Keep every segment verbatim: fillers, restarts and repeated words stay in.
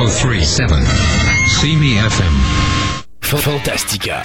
zero three seven C M E F M. Fantastica.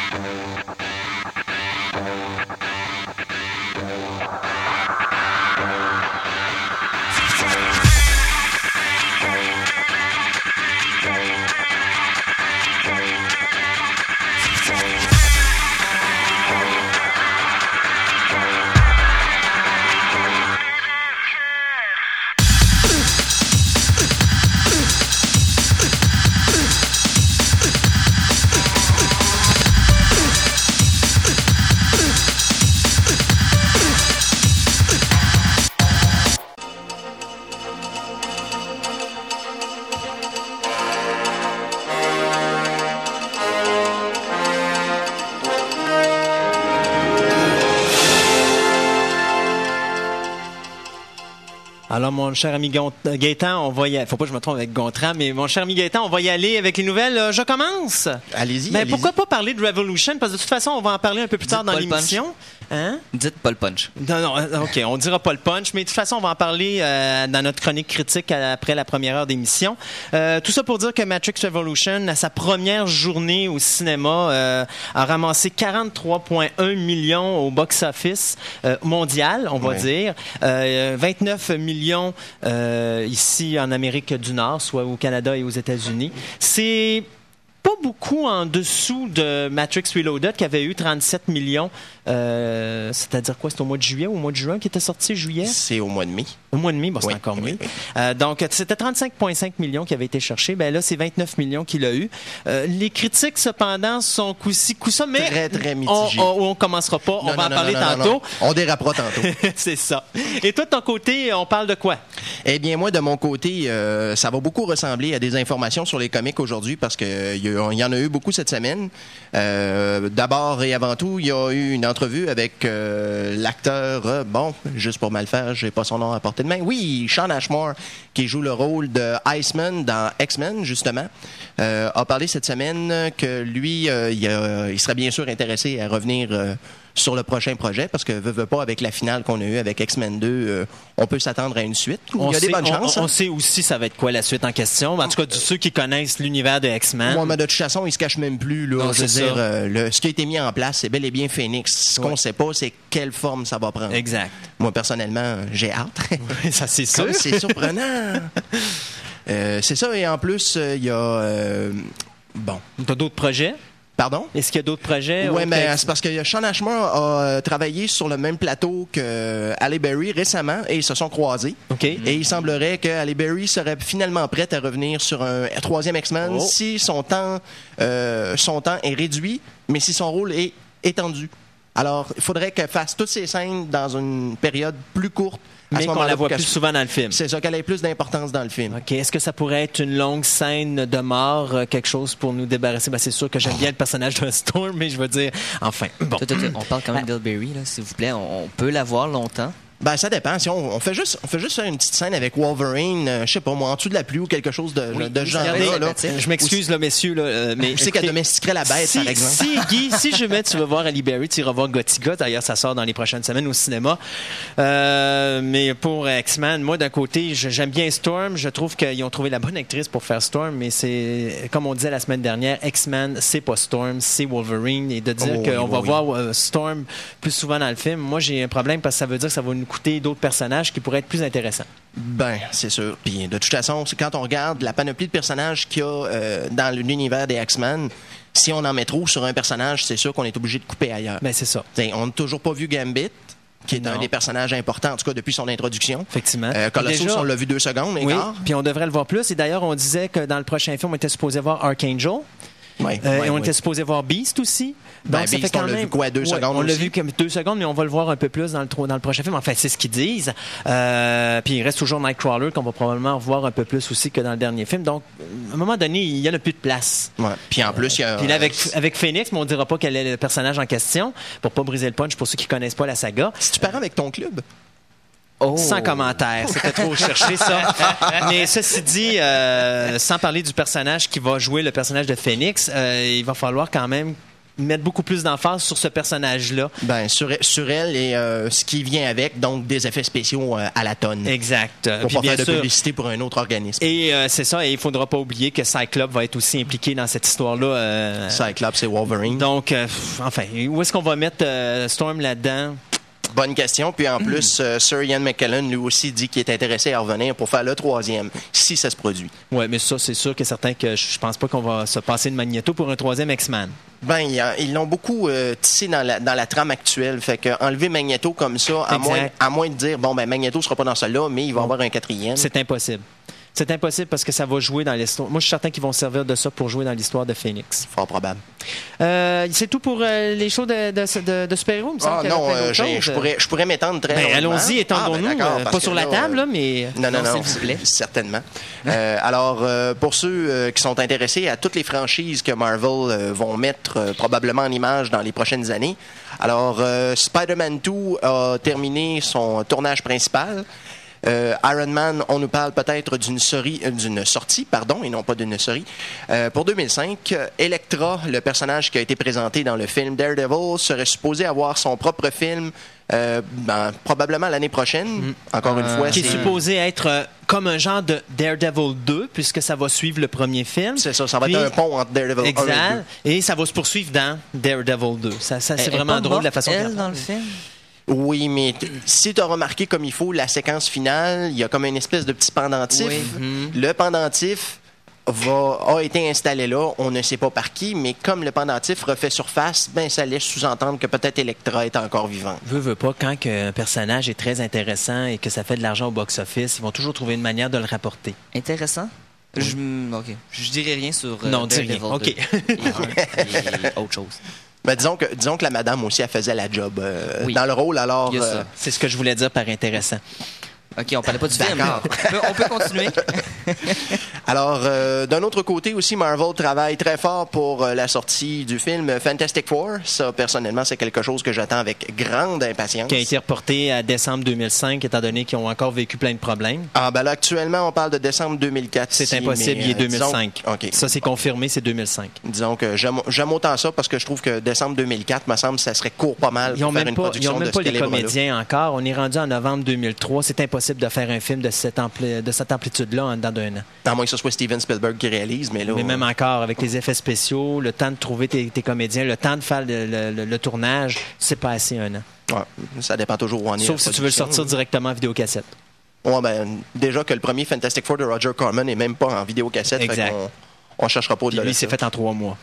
Alors, mon cher ami Gaétan, on va y aller. Faut pas que je me trompe avec Gontran, mais mon cher ami Gaétan, on va y aller avec les nouvelles. Euh, je commence. Allez-y. Mais allez-y. pourquoi pas parler de Revolution? Parce que de toute façon, on va en parler un peu plus Dites tard dans pas le l'émission. Hein? Dites pas le punch. Non, non, OK, on dira pas le punch, mais de toute façon, on va en parler euh, dans notre chronique critique après la première heure d'émission. Euh, tout ça pour dire que Matrix Revolution, à sa première journée au cinéma, euh, a ramassé quarante-trois virgule un millions au box-office euh, mondial, on va ouais. dire. Euh, vingt-neuf millions euh, ici en Amérique du Nord, soit au Canada et aux États-Unis. C'est pas beaucoup en dessous de Matrix Reloaded qui avait eu trente-sept millions. Euh, c'est-à-dire quoi? C'est au mois de juillet ou au mois de juin qui était sorti, juillet? C'est au mois de mai. Au mois de mai, bon, c'est oui, encore oui, mieux. oui. Euh, donc, c'était trente-cinq virgule cinq millions qui avaient été cherchés. Ben là, c'est vingt-neuf millions qu'il a eu. Euh, les critiques, cependant, sont coup-ci, coup-ça, mais Très, très on, mitigées. on, on commencera pas. Non, on va non, en non, parler non, non, tantôt. non. On dérapera tantôt. C'est ça. Et toi, de ton côté, on parle de quoi? Eh bien, moi, de mon côté, euh, ça va beaucoup ressembler à des informations sur les comics aujourd'hui parce qu'il euh, y, y en a eu beaucoup cette semaine. Euh, d'abord et avant tout, il y a eu une entrevue avec euh, l'acteur, euh, bon, juste pour mal faire, j'ai pas son nom à portée de main. Oui, Shawn Ashmore, qui joue le rôle de Iceman dans X-Men, justement, euh, a parlé cette semaine que lui, euh, il, a, il serait bien sûr intéressé à revenir euh, sur le prochain projet parce que, veut, veut pas, avec la finale qu'on a eue avec X-Men deux, euh, on peut s'attendre à une suite. On il y a sait, des bonnes on, chances. On, hein? on sait aussi ça va être quoi la suite en question. En tout cas, de ceux qui connaissent l'univers de X-Men. Ouais, mais de toute façon, il se cache même plus. Là, Non, je veux c'est dire, ça. euh, le, ce qui a été mis en place, c'est bel et bien Phoenix. Ce Ouais. qu'on sait pas, c'est quelle forme ça va prendre. Exact. Moi, personnellement, j'ai hâte. Oui, ça, c'est sûr. Comme c'est surprenant. euh, c'est ça, et en plus, il euh, y a... Euh, bon. T'as d'autres projets? Pardon? Est-ce qu'il y a d'autres projets? Oui, autres mais que- c'est parce que Shawn Ashmore a euh, travaillé sur le même plateau que Halle Berry récemment et ils se sont croisés. OK. Et il semblerait que Halle Berry serait finalement prête à revenir sur un troisième X-Men Oh. si son temps, euh, son temps est réduit, mais si son rôle est étendu. Alors, il faudrait qu'elle fasse toutes ces scènes dans une période plus courte. À Mais ce qu'on moment-là, la voit pour plus qu'elle- souvent dans le film. C'est ça, qu'elle ait plus d'importance dans le film. OK. Est-ce que ça pourrait être une longue scène de mort, euh, quelque chose pour nous débarrasser? Ben, c'est sûr que j'aime bien le personnage de Storm, mais je veux dire, enfin, bon. Tout, tout, tout. On parle quand même d'Elberry, là, s'il vous plaît. On, on peut la voir longtemps. Ben, ça dépend. Si on, on fait juste, on fait juste faire une petite scène avec Wolverine, euh, je sais pas, moi, en dessous de la pluie ou quelque chose de, Oui, de oui, genre regardez, là. là. sympathique. Je m'excuse, là, messieurs, là, euh, mais... Je sais qu'elle écoutez, domestiquerait la bête, si, par exemple. Si, Guy, si jamais tu veux voir Ali Berry, tu iras voir Gothica. D'ailleurs, ça sort dans les prochaines semaines au cinéma. Euh, mais pour X-Men, moi, d'un côté, je- j'aime bien Storm. Je trouve qu'ils ont trouvé la bonne actrice pour faire Storm, mais c'est, comme on disait la semaine dernière, X-Men, c'est pas Storm, c'est Wolverine. Et de dire Oh, qu'on oui, va oui, voir euh, Storm plus souvent dans le film, moi, j'ai un problème parce que ça veut dire que ça va nous coûter d'autres personnages qui pourraient être plus intéressants. Ben, c'est sûr. Puis de toute façon, c'est quand on regarde la panoplie de personnages qu'il y a euh, dans l'univers des X-Men, si on en met trop sur un personnage, c'est sûr qu'on est obligé de couper ailleurs. Ben, c'est ça. T'sais, on n'a toujours pas vu Gambit, qui est Non. un des personnages importants, en tout cas depuis son introduction. Effectivement. Euh, Colossus, Déjà- on l'a vu deux secondes, mais Oui, quart. puis on devrait le voir plus. Et d'ailleurs, on disait que dans le prochain film, on était supposé voir Archangel. Ouais, Euh, ouais, et on ouais. était supposé voir Beast aussi. Ben, Donc, ça Beast, fait quand on l'a même... vu quoi, deux Ouais, secondes On l'a aussi? vu comme deux secondes, mais on va le voir un peu plus dans le, tro- dans le prochain film. Enfin, c'est ce qu'ils disent. Euh, puis il reste toujours Nightcrawler qu'on va probablement revoir un peu plus aussi que dans le dernier film. Donc, à un moment donné, il y en a plus de place. Ouais. Puis en plus, il y a... Puis là, avec, avec Phoenix, mais on dira pas quel est le personnage en question pour pas briser le punch pour ceux qui connaissent pas la saga. Si tu pars avec ton club... Oh. Sans commentaire, c'était trop cherché ça. Mais ceci dit, euh, sans parler du personnage qui va jouer le personnage de Phoenix, euh, il va falloir quand même mettre beaucoup plus d'emphase sur ce personnage-là. Ben, sur, sur elle et euh, ce qui vient avec, donc des effets spéciaux euh, à la tonne. Exact. Pour Puis pas bien faire de sûr, publicité pour un autre organisme. et euh, c'est ça, et il faudra pas oublier que Cyclope va être aussi impliqué dans cette histoire-là. Euh, Cyclope, c'est Wolverine. donc, euh, pff, enfin, où est-ce qu'on va mettre euh, Storm là-dedans? Bonne question. Puis en plus, euh, Sir Ian McKellen lui aussi dit qu'il est intéressé à revenir pour faire le troisième, si ça se produit. Oui, mais ça, c'est sûr que certain que je pense pas qu'on va se passer de Magneto pour un troisième X-Men. Ben, il y a- ils l'ont beaucoup euh, tissé dans la, dans la trame actuelle. Fait que enlever Magneto comme ça, à Exact. moins, à moins de dire, bon, ben, Magneto sera pas dans celle-là, mais il va y avoir un quatrième. C'est impossible. C'est impossible parce que ça va jouer dans l'histoire. Moi, je suis certain qu'ils vont servir de ça pour jouer dans l'histoire de Phoenix. Fort probable. Euh, c'est tout pour euh, les shows de, de, de, de super-héros, il me semble Ah qu'il y avait non, plein euh, d'autres j'ai- choses. je pourrais, je pourrais m'étendre très Ben, longuement. allons-y, étendons-nous. Ah, ben, d'accord, euh, parce pas que sur la là, table, euh, là, mais... Non, non, Non, non, s'il vous plaît. c- certainement. Euh, alors, euh, pour ceux euh, qui sont intéressés à toutes les franchises que Marvel euh, vont mettre euh, probablement en image dans les prochaines années, alors, euh, Spider-Man deux a terminé son tournage principal. Euh, Iron Man, on nous parle peut-être d'une série, euh, d'une sortie, pardon, et non pas d'une série. Euh, pour deux mille cinq, euh, Elektra, le personnage qui a été présenté dans le film Daredevil, serait supposé avoir son propre film euh, ben, probablement l'année prochaine. Encore une fois, qui est c'est- supposé être euh, comme un genre de Daredevil deux, puisque ça va suivre le premier film. c'est ça, ça va Puis- être un pont entre Daredevil un et deux. Exact. Et ça va se poursuivre dans Daredevil deux. Ça, ça, c'est Elle est vraiment pas drôle la morte, façon elle, qu'elle- dans le film. Oui, mais t- si tu as remarqué comme il faut la séquence finale, il y a comme une espèce de petit pendentif. Oui. Le pendentif va, a été installé là, on ne sait pas par qui, mais comme le pendentif refait surface, ben ça laisse sous-entendre que peut-être Elektra est encore vivante. Veux, veux pas, quand que un personnage est très intéressant et que ça fait de l'argent au box-office, ils vont toujours trouver une manière de le rapporter. Intéressant. Je, m- ok. Je dirais rien sur euh, Non, dis rien. Daredevil OK. deux. Et un, et autre chose. Ben, disons, que, disons que la madame aussi, elle faisait la job euh, Oui. dans le rôle, alors... Il y a ça. euh, C'est ce que je voulais dire par intéressant. Ok, on parlait pas du film. D'accord. On peut, on peut continuer. Alors, euh, d'un autre côté aussi, Marvel travaille très fort pour euh, la sortie du film Fantastic Four. Ça, personnellement, c'est quelque chose que j'attends avec grande impatience. Qui a été reporté à décembre deux mille cinq, étant donné qu'ils ont encore vécu plein de problèmes. Ah, ben là, actuellement, on parle de décembre deux mille quatre. C'est ici, impossible, mais, il est euh, deux mille cinq. disons- OK. Ça, c'est confirmé, c'est deux mille cinq. Disons que j'aime j'aime autant ça parce que je trouve que décembre deux mille quatre, me semble, ça serait court pas mal Ils n'ont pour faire même une pas, ils production ont même de pas ce les calibre-là. comédiens encore. On est rendu en novembre deux mille trois. C'est impossible de faire un film de cette, ampli- de cette amplitude-là en dedans d'un an. À moins que ce soit Steven Spielberg qui réalise, mais là... Mais même encore, avec les effets spéciaux, le temps de trouver tes, tes comédiens, le temps de faire le, le- le- le tournage, c'est pas assez un an. ouais, ça dépend toujours où on est. Sauf la si tu veux le production. sortir directement en vidéocassette. Ouais, ben, déjà que le premier Fantastic Four de Roger Corman n'est même pas en vidéocassette. Fait Exact. qu'on on cherchera pas Puis de lui, c'est fait en trois mois.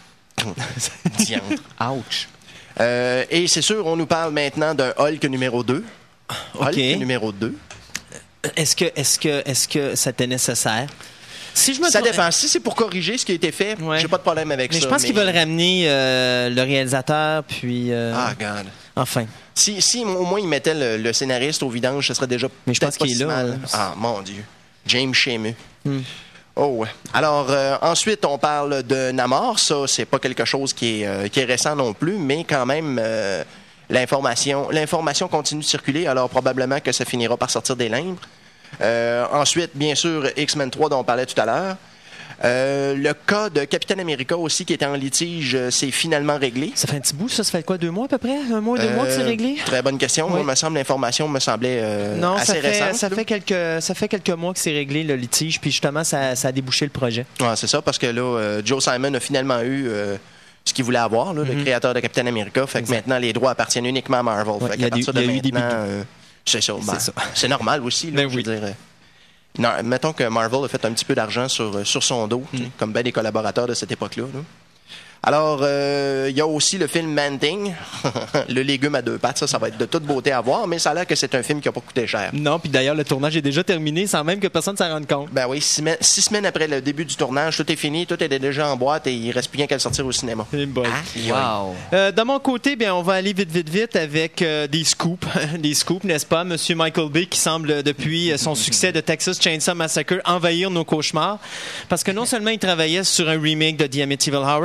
Diantre. Ouch. Euh, et c'est sûr, on nous parle maintenant d'un Hulk numéro deux. OK. Hulk numéro deux. Est-ce que, est-ce que, est-ce que c'était nécessaire? Si je me Ça trompe- dépend. Si c'est pour corriger ce qui a été fait, Ouais. j'ai pas de problème avec Mais ça. je pense qu'ils veulent ramener euh, le réalisateur, puis... euh, Ah, God. Enfin. Si, si au moins ils mettaient le, le scénariste au vidange, ce serait déjà Mais je peut-être pense pas qu'il est si là, mal. là. Ah, mon Dieu. James Shamu. Hmm. Oh, ouais. Alors, euh, ensuite, on parle de Namor. Ça, c'est pas quelque chose qui est, euh, qui est récent non plus, mais quand même, euh, l'information, l'information continue de circuler, alors probablement que ça finira par sortir des limbres. Euh, ensuite, bien sûr, X-Men trois dont on parlait tout à l'heure. Euh, le cas de Captain America aussi qui était en litige, euh, c'est finalement réglé. Ça fait un petit bout, ça? Ça fait quoi, deux mois à peu près? Un mois, deux mois que c'est Euh, réglé? Très bonne question. Oui. Moi, me semble l'information me semblait euh, Non, assez ça fait, récente. ça, là. fait quelques, ça fait quelques mois que c'est réglé, le litige, puis justement, ça, ça a débouché le projet. Ouais, c'est ça, parce que là, euh, Joe Simon a finalement eu euh, ce qu'il voulait avoir, là, le créateur de Captain America. Fait que Exact. maintenant, les droits appartiennent uniquement à Marvel. Ouais, fait il y a qu'à partir des- il y de a eu des maintenant, bidous. euh, c'est ça. Ben, C'est ça. c'est normal aussi, là, Ben je oui. veux dire. euh, Non, mettons que Marvel a fait un petit peu d'argent sur, euh, sur son dos, tu sais, comme bien des collaborateurs de cette époque-là. là. Alors, euh, il y a aussi le film Man-Thing, le légume à deux pattes. Ça, ça va être de toute beauté à voir, mais ça a l'air que c'est un film qui n'a pas coûté cher. Non, puis d'ailleurs, le tournage est déjà terminé sans même que personne s'en rende compte. Ben oui, six, semaines- six semaines après le début du tournage, tout est fini, tout est déjà en boîte et il reste plus rien qu'à le sortir au cinéma. Eh boy. Wow. Euh, de mon côté, bien, on va aller vite, vite, vite avec euh, des scoops. des scoops, n'est-ce pas? Monsieur Michael Bay qui semble, depuis euh, son succès de Texas Chainsaw Massacre, envahir nos cauchemars. Parce que non seulement il travaillait sur un remake de The Amityville Horror, comme on avait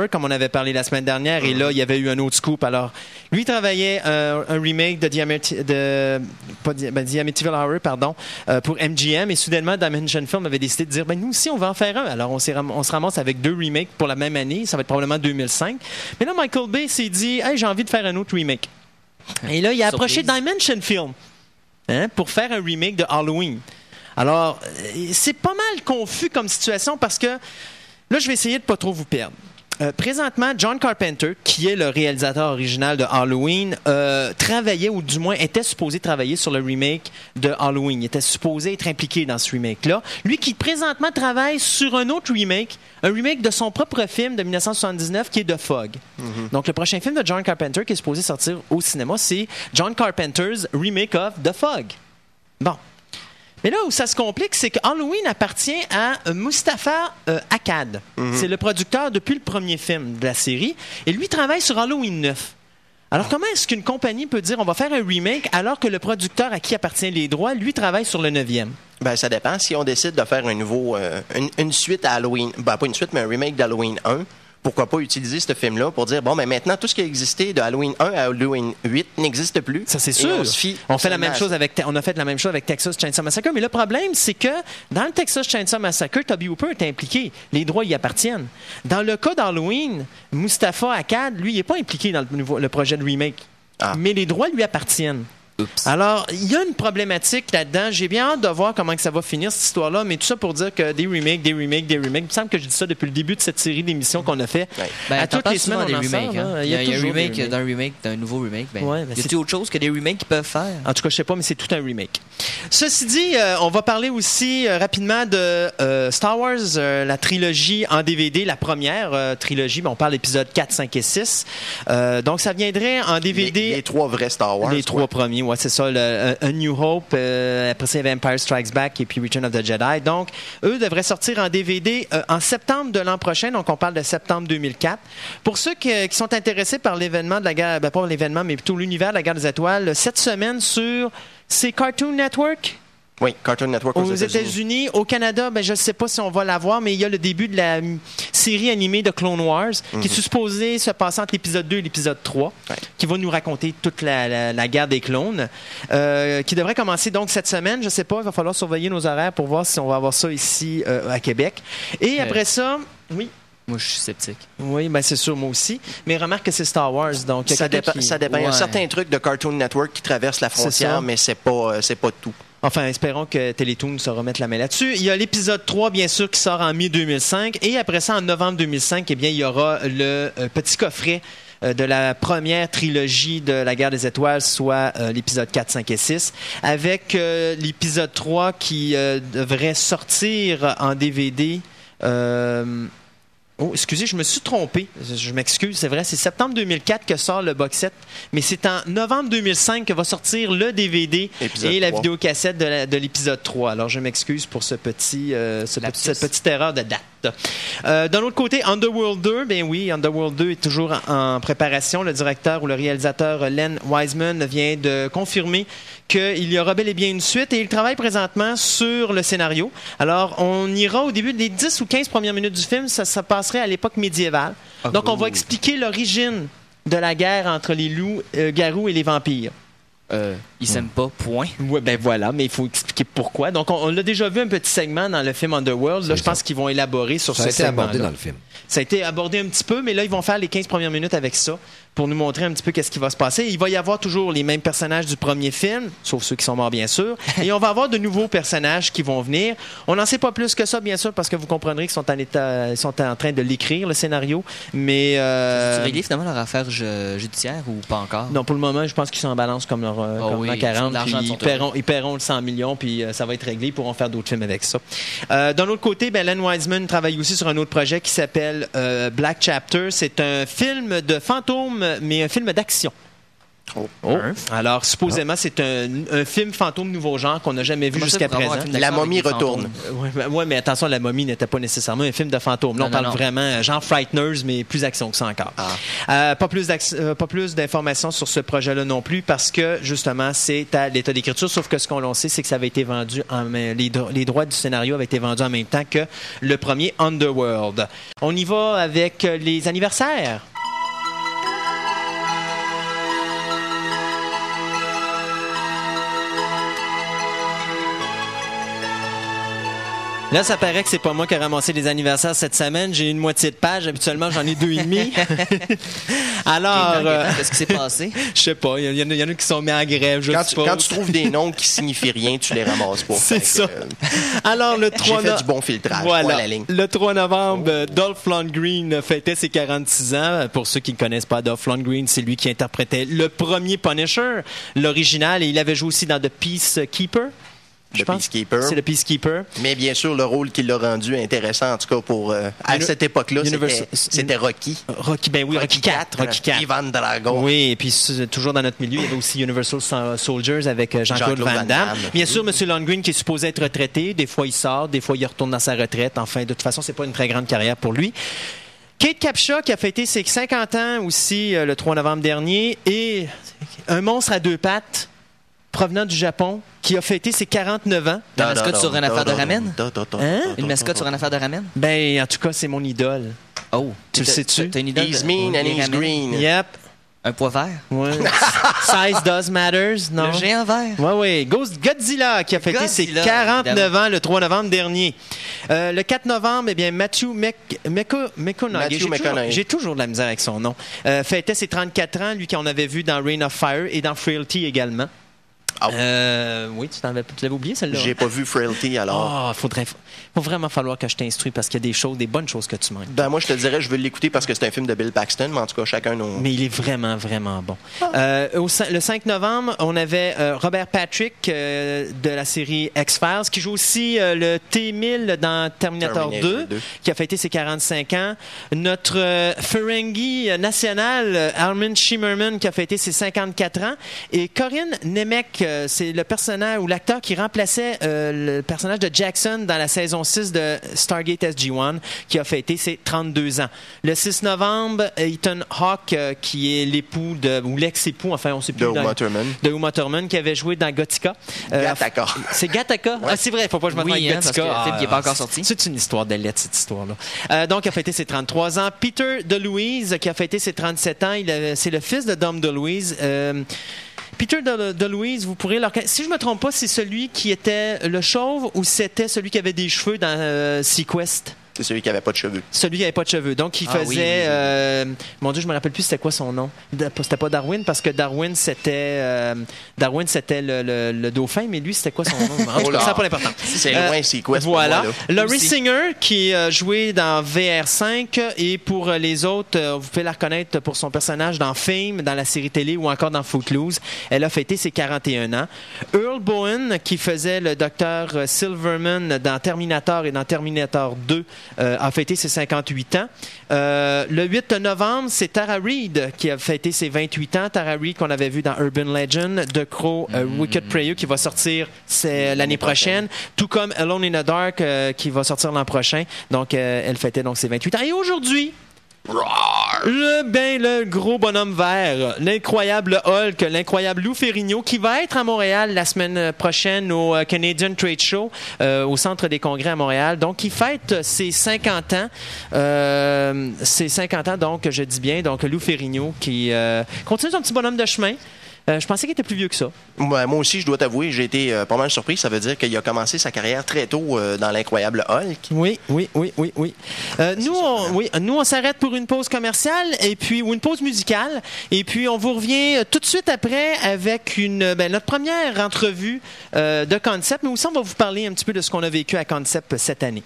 avait parlé la semaine dernière, et là, il y avait eu un autre scoop. Alors, lui, il travaillait euh, un remake de, Diamant- de pas Di- ben, The Amityville Horror, pardon, euh, pour M G M, et soudainement, Dimension Film avait décidé de dire, ben nous aussi, on va en faire un. Alors, on, s'est ram- on se ramasse avec deux remakes pour la même année. Ça va être probablement deux mille cinq. Mais là, Michael Bay s'est dit, hey, j'ai envie de faire un autre remake. Et là, il a approché Surprise. Dimension Film, hein, pour faire un remake de Halloween. Alors, euh, c'est pas mal confus comme situation parce que là, je vais essayer de pas trop vous perdre. Euh, présentement, John Carpenter, qui est le réalisateur original de Halloween, euh, travaillait, ou du moins était supposé travailler sur le remake de Halloween. Il était supposé être impliqué dans ce remake-là. Lui qui présentement travaille sur un autre remake, un remake de son propre film de dix-neuf cent soixante-dix-neuf qui est The Fog. Mm-hmm. Donc le prochain film de John Carpenter qui est supposé sortir au cinéma, c'est John Carpenter's remake of The Fog. Bon. Mais là où ça se complique, c'est que Halloween appartient à euh, Mustafa euh, Akkad. Mm-hmm. C'est le producteur depuis le premier film de la série. Et lui travaille sur Halloween neuf. Alors, comment est-ce qu'une compagnie peut dire on va faire un remake alors que le producteur à qui appartient les droits, lui, travaille sur le neuvième? Ben, ça dépend. Si on décide de faire un nouveau, euh, une, une suite à Halloween, ben, pas une suite, mais un remake d'Halloween un, pourquoi pas utiliser ce film-là pour dire, bon, ben maintenant, tout ce qui a existé de Halloween un à Halloween huit n'existe plus. Ça, c'est Et sûr. On, se fie on, fait la seulement même à chose ça. avec, on a fait la même chose avec Texas Chainsaw Massacre, mais le problème, c'est que dans le Texas Chainsaw Massacre, Toby Hooper est impliqué. Les droits y appartiennent. Dans le cas d'Halloween, Mustafa Akkad, lui, il n'est pas impliqué dans le, nouveau, le projet de remake. Ah. Mais les droits lui appartiennent. Oups. Alors, il y a une problématique là-dedans. J'ai bien hâte de voir comment que ça va finir, cette histoire-là, mais tout ça pour dire que des remakes, des remakes, des remakes. Il me semble que je dis ça depuis le début de cette série d'émissions qu'on a fait. Ouais. Ben, à toutes les semaines, on des en remakes. sort, Hein. hein. Il y a, il y a un toujours des remake remakes. d'un remake, d'un nouveau remake. Ben, ouais, ben y a-t-il autre chose que des remakes qu'ils peuvent faire? En tout cas, je sais pas, mais c'est tout un remake. Ceci dit, euh, on va parler aussi euh, rapidement de euh, Star Wars, euh, la trilogie en D V D, la première euh, trilogie. Ben, on parle d'épisodes quatre, cinq et six. Euh, donc, ça viendrait en D V D. Les, les trois vrais Star Wars. Les trois ouais. premiers, ouais, c'est ça. Le, A New Hope, euh, après ça, il y avait Empire Strikes Back et puis Return of the Jedi. Donc, eux devraient sortir en D V D euh, en septembre de l'an prochain. Donc, on parle de septembre deux mille quatre. Pour ceux qui, qui sont intéressés par l'événement de la guerre, ben, pas l'événement, mais plutôt l'univers de la guerre des étoiles, cette semaine sur, c'est Cartoon Network? Oui, Cartoon Network aux, aux États-Unis. États-Unis. Au Canada, ben, je ne sais pas si on va la voir, mais il y a le début de la m- série animée de Clone Wars, mm-hmm. qui est supposée se passer entre l'épisode deux et l'épisode trois, ouais. qui va nous raconter toute la, la, la guerre des clones, euh, qui devrait commencer donc cette semaine. Je ne sais pas, il va falloir surveiller nos horaires pour voir si on va avoir ça ici euh, à Québec. Et ouais. après ça, oui. Moi, je suis sceptique. Oui, ben c'est sûr, moi aussi. Mais remarque que c'est Star Wars, donc... Ça dépend. Qui... Ça dépend. Ouais. Il y a certains trucs de Cartoon Network qui traversent la frontière, mais c'est pas, c'est pas tout. Enfin, espérons que Télétoon se remette la main là-dessus. Il y a l'épisode trois, bien sûr, qui sort en mai deux mille cinq. Et après ça, en novembre deux mille cinq, eh bien, il y aura le euh, petit coffret euh, de la première trilogie de la guerre des étoiles, soit euh, l'épisode quatre, cinq et six, avec euh, l'épisode trois qui euh, devrait sortir en D V D... Euh, Oh, excusez, je me suis trompé. Je, je m'excuse, c'est vrai, c'est septembre deux mille quatre que sort le box set, mais c'est en novembre deux mille cinq que va sortir le D V D épisode et la trois. Vidéocassette de, la, de l'épisode trois. Alors, je m'excuse pour ce petit, euh, ce petit, cette petite erreur de date. Euh, d'un autre côté, Underworld deux, ben oui, Underworld deux est toujours en, en préparation. Le directeur ou le réalisateur Len Wiseman vient de confirmer qu'il y aura bel et bien une suite et il travaille présentement sur le scénario. Alors, on ira au début des dix ou quinze premières minutes du film, ça, ça passerait à l'époque médiévale. Oh, Donc, on va expliquer l'origine de la guerre entre les loups, euh, garous et les vampires. Euh, ils s'aiment pas, point. Ouais, ben voilà, mais il faut expliquer pourquoi. Donc, on, on l'a déjà vu un petit segment dans le film Underworld. Là, je pense qu'ils vont élaborer sur ça ce segment. Ça a été abordé dans le film. Ça a été abordé un petit peu, mais là, ils vont faire les quinze premières minutes avec ça pour nous montrer un petit peu qu'est-ce qui va se passer. Il va y avoir toujours les mêmes personnages du premier film, sauf ceux qui sont morts, bien sûr. Et on va avoir de nouveaux personnages qui vont venir. On n'en sait pas plus que ça, bien sûr, parce que vous comprendrez qu'ils sont en, état, ils sont en train de l'écrire, le scénario. Mais... Euh... C'est réglé finalement leur affaire judiciaire ou pas encore? Non, pour le moment, je pense qu'ils sont en balance comme leur euh, oh comme oui, quarante. Puis ils, paieront, ils paieront le cent millions, puis euh, ça va être réglé. Ils pourront faire d'autres films avec ça. Euh, d'un autre côté, ben, Len Wiseman travaille aussi sur un autre projet qui s'appelle euh, Black Chapter. C'est un film de fantôme, mais un film d'action. Oh. Oh. Alors, supposément, c'est un, un film fantôme nouveau genre qu'on n'a jamais vu Comment ça, jusqu'à vraiment un présent. film La d'action momie avec des retourne. fantômes? Oui, ouais, mais attention, la momie n'était pas nécessairement un film de fantôme. Là, Non, on parle non, non. vraiment euh, genre Frighteners, mais plus action que ça encore. Ah. Euh, pas plus d'ac- euh, pas plus d'informations sur ce projet-là non plus parce que, justement, c'est à l'état d'écriture. Sauf que ce qu'on sait, c'est que ça avait été vendu, en, main- les, dro- les droits du scénario avaient été vendus en même temps que le premier Underworld. On y va avec euh, les anniversaires. Là, ça paraît que c'est pas moi qui ai ramassé les anniversaires cette semaine. J'ai une moitié de page. Habituellement, j'en ai deux et demi. Alors, euh, Qu'est-ce qui s'est passé? je sais pas. Il y, en a- il y en a qui sont mis en grève, je Quand tu, suppose. quand tu trouves des noms qui signifient rien, tu les ramasses pas. C'est Fait que, ça. euh, Alors, le J'ai trois fait no- du bon filtrage. Voilà. Point à la ligne. Le trois novembre, euh, Dolph Lundgren fêtait ses quarante-six ans. Pour ceux qui ne connaissent pas Dolph Lundgren, c'est lui qui interprétait le premier Punisher, l'original, et il avait joué aussi dans The Peacekeeper. Je The pense. Peacekeeper. C'est le Peacekeeper. Mais bien sûr, le rôle qui l'a rendu intéressant, en tout cas pour euh, à Uni- cette époque-là, Universal- c'était, c'était Rocky. Rocky, ben oui, Rocky quatre. Rocky quatre. Ivan Drago. Oui, et puis s- toujours dans notre milieu, il y avait aussi Universal So- Soldiers avec euh, Jean-Claude, Jean-Claude Van Van Damme. Damme. Bien sûr, M. Lundgren qui est supposé être retraité. Des fois, il sort, des fois, il retourne dans sa retraite. Enfin, de toute façon, c'est pas une très grande carrière pour lui. Kate Capshaw qui a fêté ses cinquante ans aussi euh, le trois novembre dernier. Et un monstre à deux pattes provenant du Japon qui a fêté ses quarante-neuf ans. La mascotte sur une affaire de ramen? Hein? Une mascotte sur une affaire de ramen? Ben, en tout cas, c'est mon idole. Oh. Tu le T'as- sais-tu? T'as une idole He's de- mean and des he's ramen? green. Yep. Un pois vert? Ouais. Size does matters, non? Le géant vert? Oui, oui. Ghost Godzilla qui a fêté Godzilla, ses quarante-neuf évidemment. ans le trois novembre dernier. Euh, le quatre novembre, eh bien, Matthew Mc- Mco- McConaughey, Matthew j'ai toujours, McConaughey. j'ai toujours de la misère avec son nom, euh, fêtait ses trente-quatre ans, lui qu'on avait vu dans Reign of Fire et dans Frailty également. Ah. Euh, oui, tu, t'en avais, tu l'avais oublié, celle-là? J'ai pas vu Frailty, alors. Ah, faudrait, faut vraiment falloir que je t'instruise parce qu'il y a des choses, des bonnes choses que tu manques. Ben, moi, je te dirais, je veux l'écouter parce que c'est un film de Bill Paxton, mais en tout cas, chacun nos... Mais il est vraiment, vraiment bon. Euh, au, cin- le cinq novembre, on avait euh, Robert Patrick euh, de la série X-Files qui joue aussi euh, le T mille dans Terminator, Terminator deux, deux. qui a fêté ses quarante-cinq ans. Notre euh, Ferengi euh, national, euh, Armin Shimmerman, qui a fêté ses cinquante-quatre ans. Et Corinne Nemec, euh, c'est le personnage ou l'acteur qui remplaçait euh, le personnage de Jackson dans la saison six de Stargate S G un, qui a fêté ses trente-deux ans. Le six novembre, Ethan Hawke, euh, qui est l'époux de, ou l'ex-époux, enfin, on sait plus. De dans- Uma Thurman. De Uma Thurman, qui avait joué dans Gothica. Euh, Gattaca. C'est Gattaca? Ah, c'est vrai, faut pas que je me trompe Oui, avec hein, parce Gothica. que le film Ah, qui est pas encore c'est- sorti. C'est une histoire de lettres, cette histoire-là. Euh, donc, il a fêté ses trente-trois ans. Peter DeLuise, qui a fêté ses trente-sept ans. Il a- c'est le fils de Dom DeLuise. Euh, Peter De- DeLuise, vous pourrez le reconnaître. Si je me trompe pas, c'est celui qui était le chauve ou c'était celui qui avait des cheveux dans euh, Sequest? C'est celui qui avait pas de cheveux. Celui qui n'avait pas de cheveux. Donc, il Ah, faisait... oui, oui, oui. euh, mon Dieu, je me rappelle plus c'était quoi son nom. Da- C'était pas Darwin, parce que Darwin, c'était euh, Darwin, c'était le, le- le dauphin, mais lui, c'était quoi son nom? En tout Oh cas, là. ça n'a pas d'importance. C'est Euh, loin, c'est quoi, Voilà. là. Laurie Aussi. Singer, qui a joué dans V R cinq, et pour euh, les autres, euh, vous pouvez la reconnaître pour son personnage dans Fame, dans la série télé, ou encore dans Footloose. Elle a fêté ses quarante et un ans. Earl Bowen, qui faisait le docteur euh, Silverman dans Terminator et dans Terminator deux, euh, a fêté ses cinquante-huit ans. Euh, le huit novembre, c'est Tara Reid qui a fêté ses vingt-huit ans. Tara Reid qu'on avait vu dans Urban Legend, The Crow, euh, Wicked Prayer qui va sortir c'est, l'année prochaine, tout comme Alone in the Dark euh, qui va sortir l'an prochain. Donc, euh, elle fêtait donc ses vingt-huit ans. Et aujourd'hui, le, ben, le gros bonhomme vert, l'incroyable Hulk, l'incroyable Lou Ferrigno, qui va être à Montréal la semaine prochaine au euh, Canadian Trade Show, euh, au Centre des Congrès à Montréal. Donc, il fête ses cinquante ans. Euh, ses cinquante ans, donc, je dis bien. Donc, Lou Ferrigno qui euh, continue son petit bonhomme de chemin. Euh, je pensais qu'il était plus vieux que ça. Ouais, moi aussi, je dois t'avouer, j'ai été euh, pas mal surpris. Ça veut dire qu'il a commencé sa carrière très tôt euh, dans l'incroyable Hulk. Oui, oui, oui, oui, oui. Euh, nous, on, oui, nous, on s'arrête pour une pause commerciale et puis ou une pause musicale et puis on vous revient euh, tout de suite après avec une ben, notre première entrevue euh, de Concept, mais aussi on va vous parler un petit peu de ce qu'on a vécu à Concept cette année.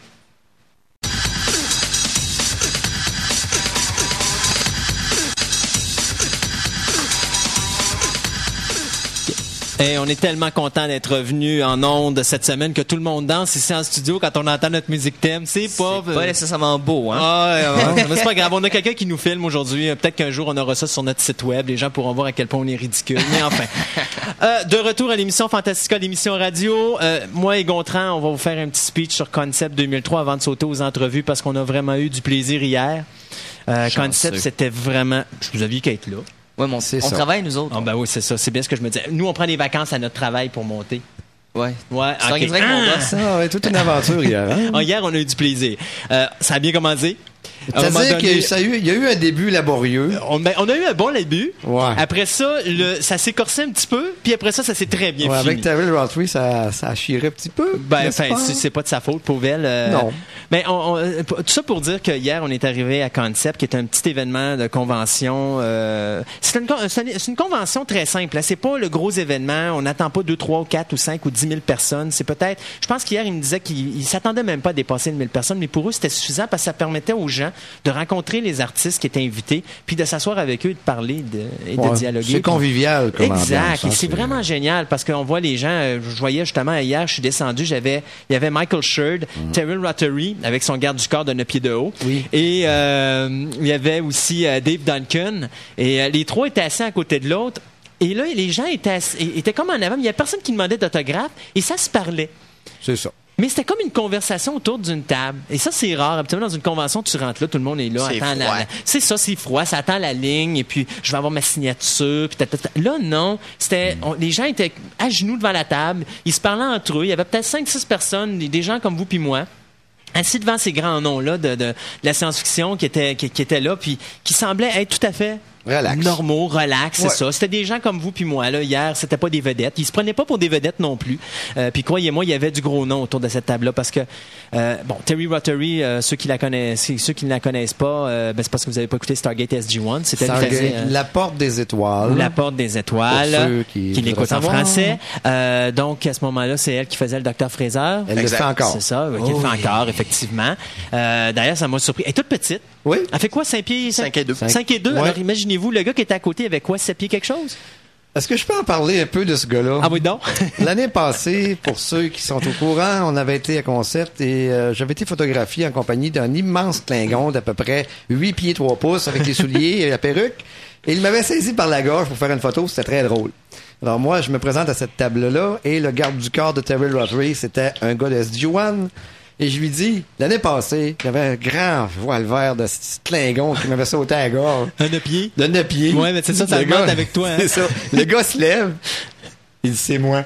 Et on est tellement content d'être revenu en ondes cette semaine que tout le monde danse ici en studio quand on entend notre musique thème. C'est pas... C'est pas nécessairement beau, hein? Ah, ouais, ouais. Mais c'est pas grave. On a quelqu'un qui nous filme aujourd'hui. Peut-être qu'un jour, on aura ça sur notre site web. Les gens pourront voir à quel point on est ridicule. Mais enfin. Euh, de retour à l'émission Fantastica, l'émission radio. Euh, moi et Gontran, on va vous faire un petit speech sur Concept deux mille trois avant de sauter aux entrevues parce qu'on a vraiment eu du plaisir hier. Euh, Concept, c'était vraiment... Vous aviez qu'à être là. Ouais, mais on, C'est on ça. travaille, nous autres. Ah ben oui, c'est ça. C'est bien ce que je me disais. Nous, on prend des vacances à notre travail pour monter. Ouais. Ouais, Tu ok. t'organiserais avec mon Ah! boss. Ça, ouais, toute une aventure hier. Hein? Ah, hier, on a eu du plaisir. Euh, ça a bien commencé. À un moment C'est-à-dire donné, qu'il y a eu- il y a eu un début laborieux. on, ben, on a eu un bon début. Ouais. Après ça, le, ça s'est corsé un petit peu. Puis après ça, ça s'est très bien Ouais, fini. avec Terrell Rothery, ça, ça a chiré un petit peu. Ben, n'est-ce enfin, pas? c'est, c'est pas de sa faute, pauvre elle. euh, Non. Mais on, on- euh, tout ça pour dire que hier, on est arrivé à Concept, qui est un petit événement de convention. Euh, c'est, une, con- c'est une- c'est une convention très simple. Là. C'est pas le gros événement. On n'attend pas deux, trois, ou quatre, ou cinq, ou dix mille personnes. C'est peut-être. Je pense qu'hier, il me disait qu'il il s'attendait même pas à dépasser les mille personnes, mais pour eux, c'était suffisant parce que ça permettait aux gens de rencontrer les artistes qui étaient invités, puis de s'asseoir avec eux, et de parler de, et de Ouais, dialoguer. c'est convivial comme Exact. ambiance, hein, Et c'est vraiment génial parce qu'on voit les gens. euh, Je voyais justement hier, je suis descendu, j'avais, il y avait Michael Sherd, Terrell Rothery avec son garde du corps de neuf pieds de haut, Oui. et euh, il y avait aussi euh, Dave Duncan. Et euh, les trois étaient assis à côté de l'autre. Et là, les gens étaient, assis- étaient comme en avant. Il y a personne qui demandait d'autographe et ça se parlait. C'est ça. Mais c'était comme une conversation autour d'une table. Et ça, c'est rare. Habituellement, dans une convention, tu rentres là, tout le monde est là. C'est attend la- froid. la- c'est ça, c'est froid. Ça attend la ligne. Et puis, je vais avoir ma signature. Puis tata, tata. Là, non. C'était, on- les gens étaient à genoux devant la table. Ils se parlaient entre eux. Il y avait peut-être cinq, six personnes, des, des gens comme vous puis moi, assis devant ces grands noms-là de, de, de la science-fiction qui étaient, qui, qui étaient là, puis qui semblaient être tout à fait Relax. normaux, relax, c'est Ouais. ça. C'était des gens comme vous puis moi là hier. C'était pas des vedettes. Ils se prenaient pas pour des vedettes non plus. Euh, puis croyez-moi, il y avait du gros nom autour de cette table-là parce que euh, bon, Terry Rothery, euh, ceux qui la connaissent, ceux qui ne la connaissent pas, euh, ben, c'est parce que vous avez pas écouté Stargate S G un. C'était une Stargate, faisait, euh, La porte des étoiles. ou La Porte des Étoiles, Pour ceux qui qui l'écoutent en voudraient savoir. français. Euh, donc à ce moment-là, c'est elle qui faisait le docteur Fraser. Elle le Exact. fait encore. C'est ça, oui, Oh qu'elle fait oui. encore, effectivement. Euh, d'ailleurs, ça m'a surpris. Elle est toute petite. Oui. Elle fait quoi, cinq pieds? Cinq et deux. cinq et deux. Ouais. Alors, imaginez-vous, le gars qui était à côté avec quoi, sept pieds quelque chose? Est-ce que je peux en parler un peu de ce gars-là? Ah oui, donc. L'année passée, pour ceux qui sont au courant, on avait été à Concept et euh, j'avais été photographié en compagnie d'un immense Klingon d'à peu près huit pieds trois pouces avec les souliers et la perruque. Et il m'avait saisi par la gorge pour faire une photo. C'était très drôle. Alors moi, je me présente à cette table-là et le garde du corps de Terrell Rothery, c'était un gars de S G un. Et je lui dis, l'année passée, il y avait un grand voile vert de ce Klingon qui m'avait sauté à la gorge. Un de pied. De neuf pieds. Ouais, mais c'est ça, ça Le remonte gars- avec toi, hein. C'est ça. Le gars se lève. Il dit, c'est moi.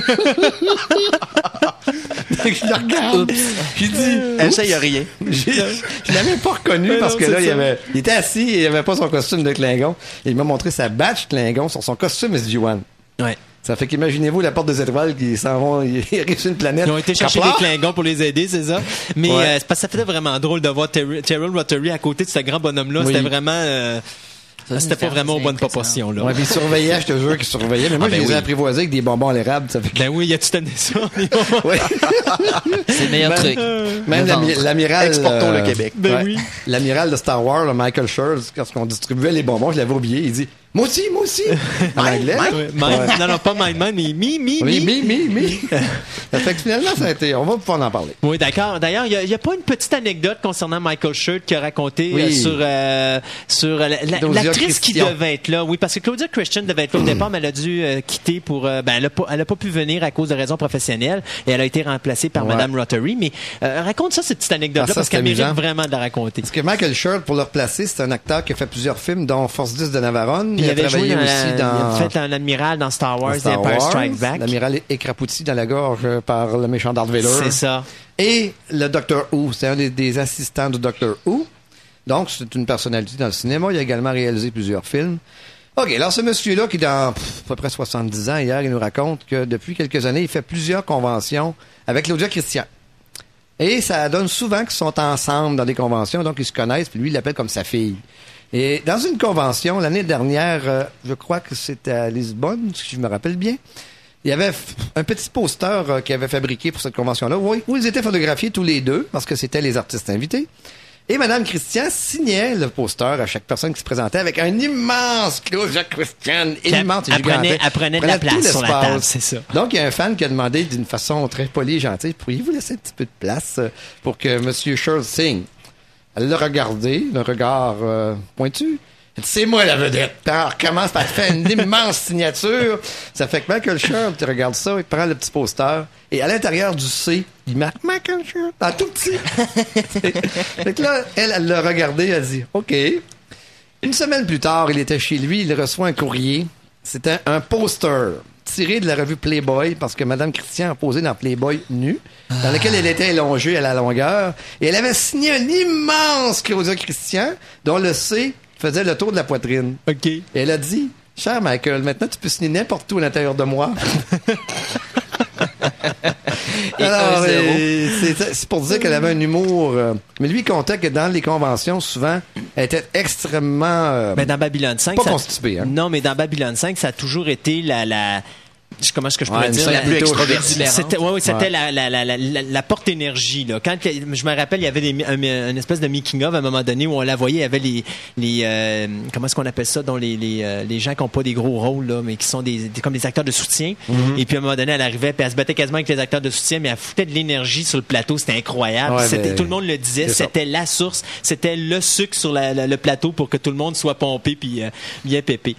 Donc, je le regarde. J'ai dit, Elle, ça, il n'y a rien. j'ai- je l'avais pas reconnu Ouais, parce non, que c'est là, il, ça. avait, il était assis et il avait pas son costume de Klingon. Et il m'a montré sa badge Klingon sur son costume S G un. Ouais. Ça fait qu'imaginez-vous la porte des étoiles qui s'en vont, ils arrivent sur une planète. Ils ont été chercher Kapla! des Klingons pour les aider, c'est ça? Mais Ouais. euh, c'est parce que ça faisait vraiment drôle de voir Terry- Terrell Rothery à côté de ce grand bonhomme-là. Oui. C'était vraiment... euh, c'était pas vraiment aux bonnes proportions, là. Ouais, puis il surveillait, je te jure qu'il surveillait. Mais moi, Ah, ben je les oui. ai apprivoisés avec des bonbons à l'érable. Ça fait que... Ben oui, y a-tu donné ça? Ouais. C'est le meilleur Ben, truc. Même Le l'ami- ventre. l'amiral. Exportons le Québec. Ben oui. L'amiral de Star Wars, le Michael Sherd, quand on distribuait les bonbons, je l'avais oublié. Il dit moi aussi, moi aussi. En anglais. Ouais, Mine- Non, non, pas Mine Man, mais Mi, Mi, Oui, Mi. mi, mi, mi. Ça fait que finalement, ça a été. On va pouvoir en parler. Oui, d'accord. D'ailleurs, il n'y a, a pas une petite anecdote concernant Michael Sherd qui a raconté Oui. euh, sur, euh, sur la- la- Claudia l'actrice qui Christian. devait être là. Oui, parce que Claudia Christian devait être là au départ, mais elle a dû euh, quitter pour... euh, ben, elle n'a pas, elle a pas pu venir à cause de raisons professionnelles et elle a été remplacée par Ouais. Madame Rothery. Mais euh, raconte ça, cette petite anecdote-là, Ah, ça, parce c'est qu'elle mérite amusant. vraiment de la raconter. Parce que Michael Sherd, pour le replacer, c'est un acteur qui a fait plusieurs films, dont Force dix de Navarone. Puis il a avait joué travaillé dans, aussi la- dans. il a fait un admiral dans Star Wars, dans Star Empire Wars, Strikes Back. L'amiral écrapouti dans la gorge euh, par le méchant Darth Vader. C'est ça. Et le Docteur Who, c'est un des, des assistants du Docteur Who. Donc, c'est une personnalité dans le cinéma. Il a également réalisé plusieurs films. OK, alors ce monsieur-là, qui dans pff, à peu près soixante-dix ans, hier, il nous raconte que depuis quelques années, il fait plusieurs conventions avec Claudia Christian. Et ça donne souvent qu'ils sont ensemble dans des conventions, donc ils se connaissent, puis lui, il l'appelle comme sa fille. Et dans une convention, l'année dernière, euh, je crois que c'était à Lisbonne, si je me rappelle bien, il y avait f- un petit poster euh, qu'il avait fabriqué pour cette convention-là, où, où ils étaient photographiés tous les deux, parce que c'était les artistes invités. Et Mme Christian signait le poster à chaque personne qui se présentait avec un immense Claude Jacques Christian, immense et Elle prenait, gigantesque. elle prenait de la Prenait tout place sur la l'espace. table, c'est ça. Donc, il y a un fan qui a demandé d'une façon très polie et gentille, pourriez-vous laisser un petit peu de place euh, pour que M. Charles signe? Elle l'a regardé, le regard euh, pointu. Elle dit, c'est moi la vedette. Puis elle recommence par faire une immense signature. Ça fait que Michael Charles, tu regardes ça, il prend le petit poster et à l'intérieur du C, il marque Michael Charles en tout petit. Fait que là, elle, elle l'a regardé, elle a dit, OK. Une semaine plus tard, il était chez lui, il reçoit un courrier. C'était un poster tiré de la revue Playboy, parce que Mme Christian a posé dans Playboy nu, dans lequel elle était allongée à la longueur, et elle avait signé un immense Claudia Christian, dont le C faisait le tour de la poitrine. OK. Et elle a dit, cher Michael, maintenant tu peux signer n'importe où à l'intérieur de moi. Et Alors, un zéro. euh, c'est, c'est pour dire qu'elle avait un humour. euh, mais lui, il comptait que dans les conventions, souvent, elle était extrêmement. euh, Ben, dans Babylone cinq, Pas ça- constipée, hein? Non, mais dans Babylone cinq, ça a toujours été la, la, je- comment est-ce que je pourrais Ouais, une dire? seule La, plus extrovertie. C'était, ouais, ouais, c'était Ouais. La, la, la, la, la, la porte énergie, là. Quand, je me rappelle, il y avait des, un, une espèce de making of à un moment donné où on la voyait, il y avait les, les, euh, comment est-ce qu'on appelle ça, dont les, les, euh, les gens qui n'ont pas des gros rôles, là, mais qui sont des, des- comme des acteurs de soutien. Et puis, à un moment donné, elle arrivait, puis elle se battait quasiment avec les acteurs de soutien, mais elle foutait de l'énergie sur le plateau. C'était incroyable. Ouais, C'était, mais- tout le monde le disait. c'est ça. C'était la source. C'était le sucre sur la- la- le plateau pour que tout le monde soit pompé puis euh, bien pépé.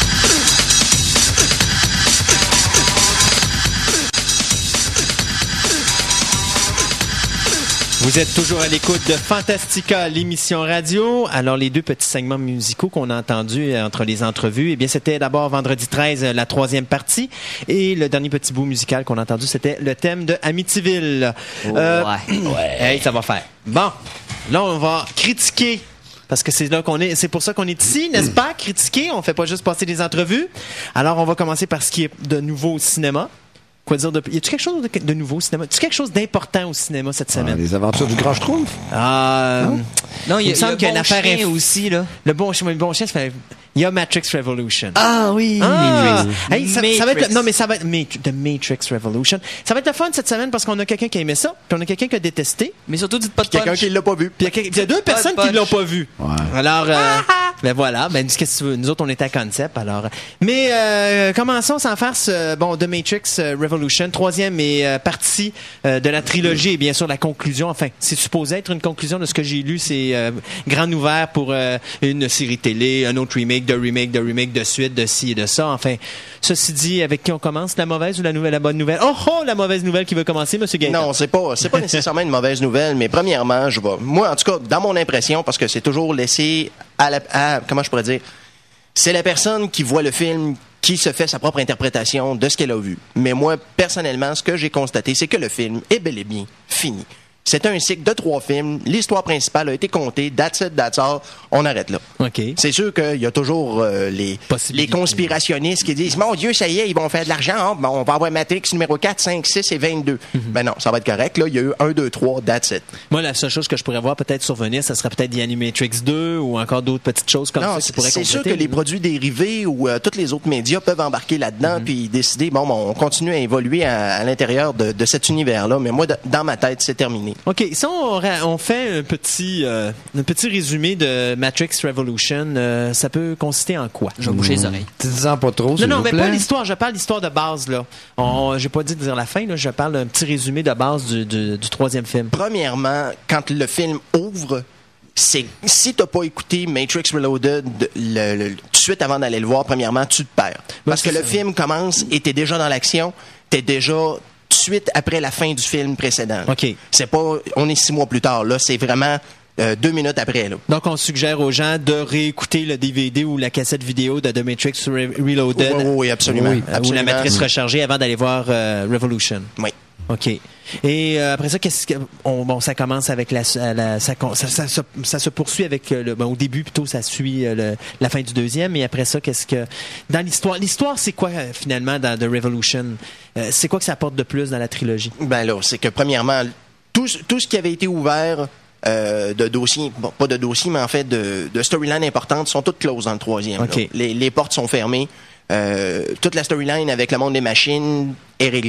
Vous êtes toujours à l'écoute de Fantastica, l'émission radio. Alors, les deux petits segments musicaux qu'on a entendus euh, entre les entrevues, eh bien, c'était d'abord vendredi treize, euh, la troisième partie. Et le dernier petit bout musical qu'on a entendu, c'était le thème de Amityville. Euh, Ouais. Hey, ça va faire. Bon, là, on va critiquer. Parce que c'est là qu'on est, c'est pour ça qu'on est ici, n'est-ce pas? Critiquer, on fait pas juste passer des entrevues. Alors, on va commencer par ce qui est de nouveau au cinéma. Quoi dire de y a-tu quelque chose de, de nouveau au cinéma? Y a-tu quelque chose d'important au cinéma cette ah, semaine? les aventures du Grand Schtroumpf. Ah, Non, il y me a, il y semble a qu'il y a une bon affaire chien inf- aussi, là. le bon chien, le bon chien, ça fait. Il y a Matrix Revolution. Ah oui! Ah! Hey, ça, ça va être, Matrix. non, mais ça va être Mat- The Matrix Revolution. Ça va être le fun cette semaine parce qu'on a quelqu'un qui a aimé ça, puis on a quelqu'un qui a détesté, Mais surtout, dites pas de Quelqu'un punch. qui l'a pas vu. puis il y a quel- il y a deux personnes qui punch. l'ont pas vu. Ouais. Alors, euh, ben voilà, ben qu'est-ce que tu veux? Nous autres, on était à concept, alors. Mais euh, commençons sans faire ce, bon, The Matrix euh, Revolution, troisième et euh, partie euh, de la trilogie, et bien sûr la conclusion. Enfin, c'est supposé être une conclusion de ce que j'ai lu. C'est euh, grand ouvert pour euh, une série télé, un autre remake, de remake, de remake, de suite, de ci et de ça. Enfin, ceci dit, avec qui on commence? La mauvaise ou la nouvelle, la bonne nouvelle? Oh, oh, la mauvaise nouvelle qui veut commencer, Monsieur Gaëtan. Non, c'est pas, c'est pas nécessairement une mauvaise nouvelle, mais premièrement, je vais, moi, en tout cas, dans mon impression, parce que c'est toujours laissé à la, à, comment je pourrais dire, c'est la personne qui voit le film qui se fait sa propre interprétation de ce qu'elle a vu. Mais moi, personnellement, ce que j'ai constaté, c'est que le film est bel et bien fini. C'est un cycle de trois films. L'histoire principale a été contée. That's it, that's all. On arrête là. OK. C'est sûr qu'il y a toujours euh, les, Possibilité. les conspirationnistes qui disent « Mon Dieu, ça y est, ils vont faire de l'argent. Hein? Bon, on va avoir Matrix numéro quatre, cinq, six et vingt-deux. Ben non, ça va être correct. Là, il y a eu un, deux, trois, that's it. Moi, la seule chose que je pourrais voir peut-être survenir, ça serait peut-être The Animatrix deux ou encore d'autres petites choses comme Non, ça qui pourraient c'est sûr que compléter. les produits dérivés ou euh, tous les autres médias peuvent embarquer là-dedans puis décider, bon, bon, on continue à évoluer à, à l'intérieur de, de cet univers-là. Mais moi, de- dans ma tête, c'est terminé. OK, si on, ra- on fait un petit, euh, un petit résumé de Matrix Revolution, euh, ça peut consister en quoi? Je vais boucher les oreilles. Dis-en pas trop, Non, s'il non, vous mais plaît. pas l'histoire. Je parle l'histoire de base, là. On, j'ai pas dit de dire la fin, là. Je parle d'un petit résumé de base du, du, du troisième film. Premièrement, quand le film ouvre, c'est si t'as pas écouté Matrix Reloaded le, le- tout de suite avant d'aller le voir, premièrement, tu te perds. Parce que c'est le ça. film commence et t'es déjà dans l'action, t'es déjà tout de suite après la fin du film précédent. OK. C'est pas, on est six mois plus tard, là, c'est vraiment euh, deux minutes après, là. Donc, on suggère aux gens de réécouter le D V D ou la cassette vidéo de The Matrix Re- Reloaded. Oui, oui, oui, absolument. Euh, Ou la absolument. matrice rechargée avant d'aller voir euh, Revolution. Oui. OK. Et euh, après ça, qu'est-ce que on, bon, ça commence avec la, la ça, ça, ça, ça, ça se poursuit avec euh, le bon, au début plutôt ça suit euh, le, la fin du deuxième et après ça qu'est-ce que dans l'histoire l'histoire c'est quoi euh, finalement dans The Revolution Euh, c'est quoi que ça apporte de plus dans la trilogie? Ben là, c'est que premièrement, tout, ce- tout ce qui avait été ouvert euh, de dossiers, bon, pas de dossiers, mais en fait de, de storylines importantes sont toutes closes dans le troisième. OK. là. Les, les portes sont fermées. Euh, toute la storyline avec le monde des machines est réglée.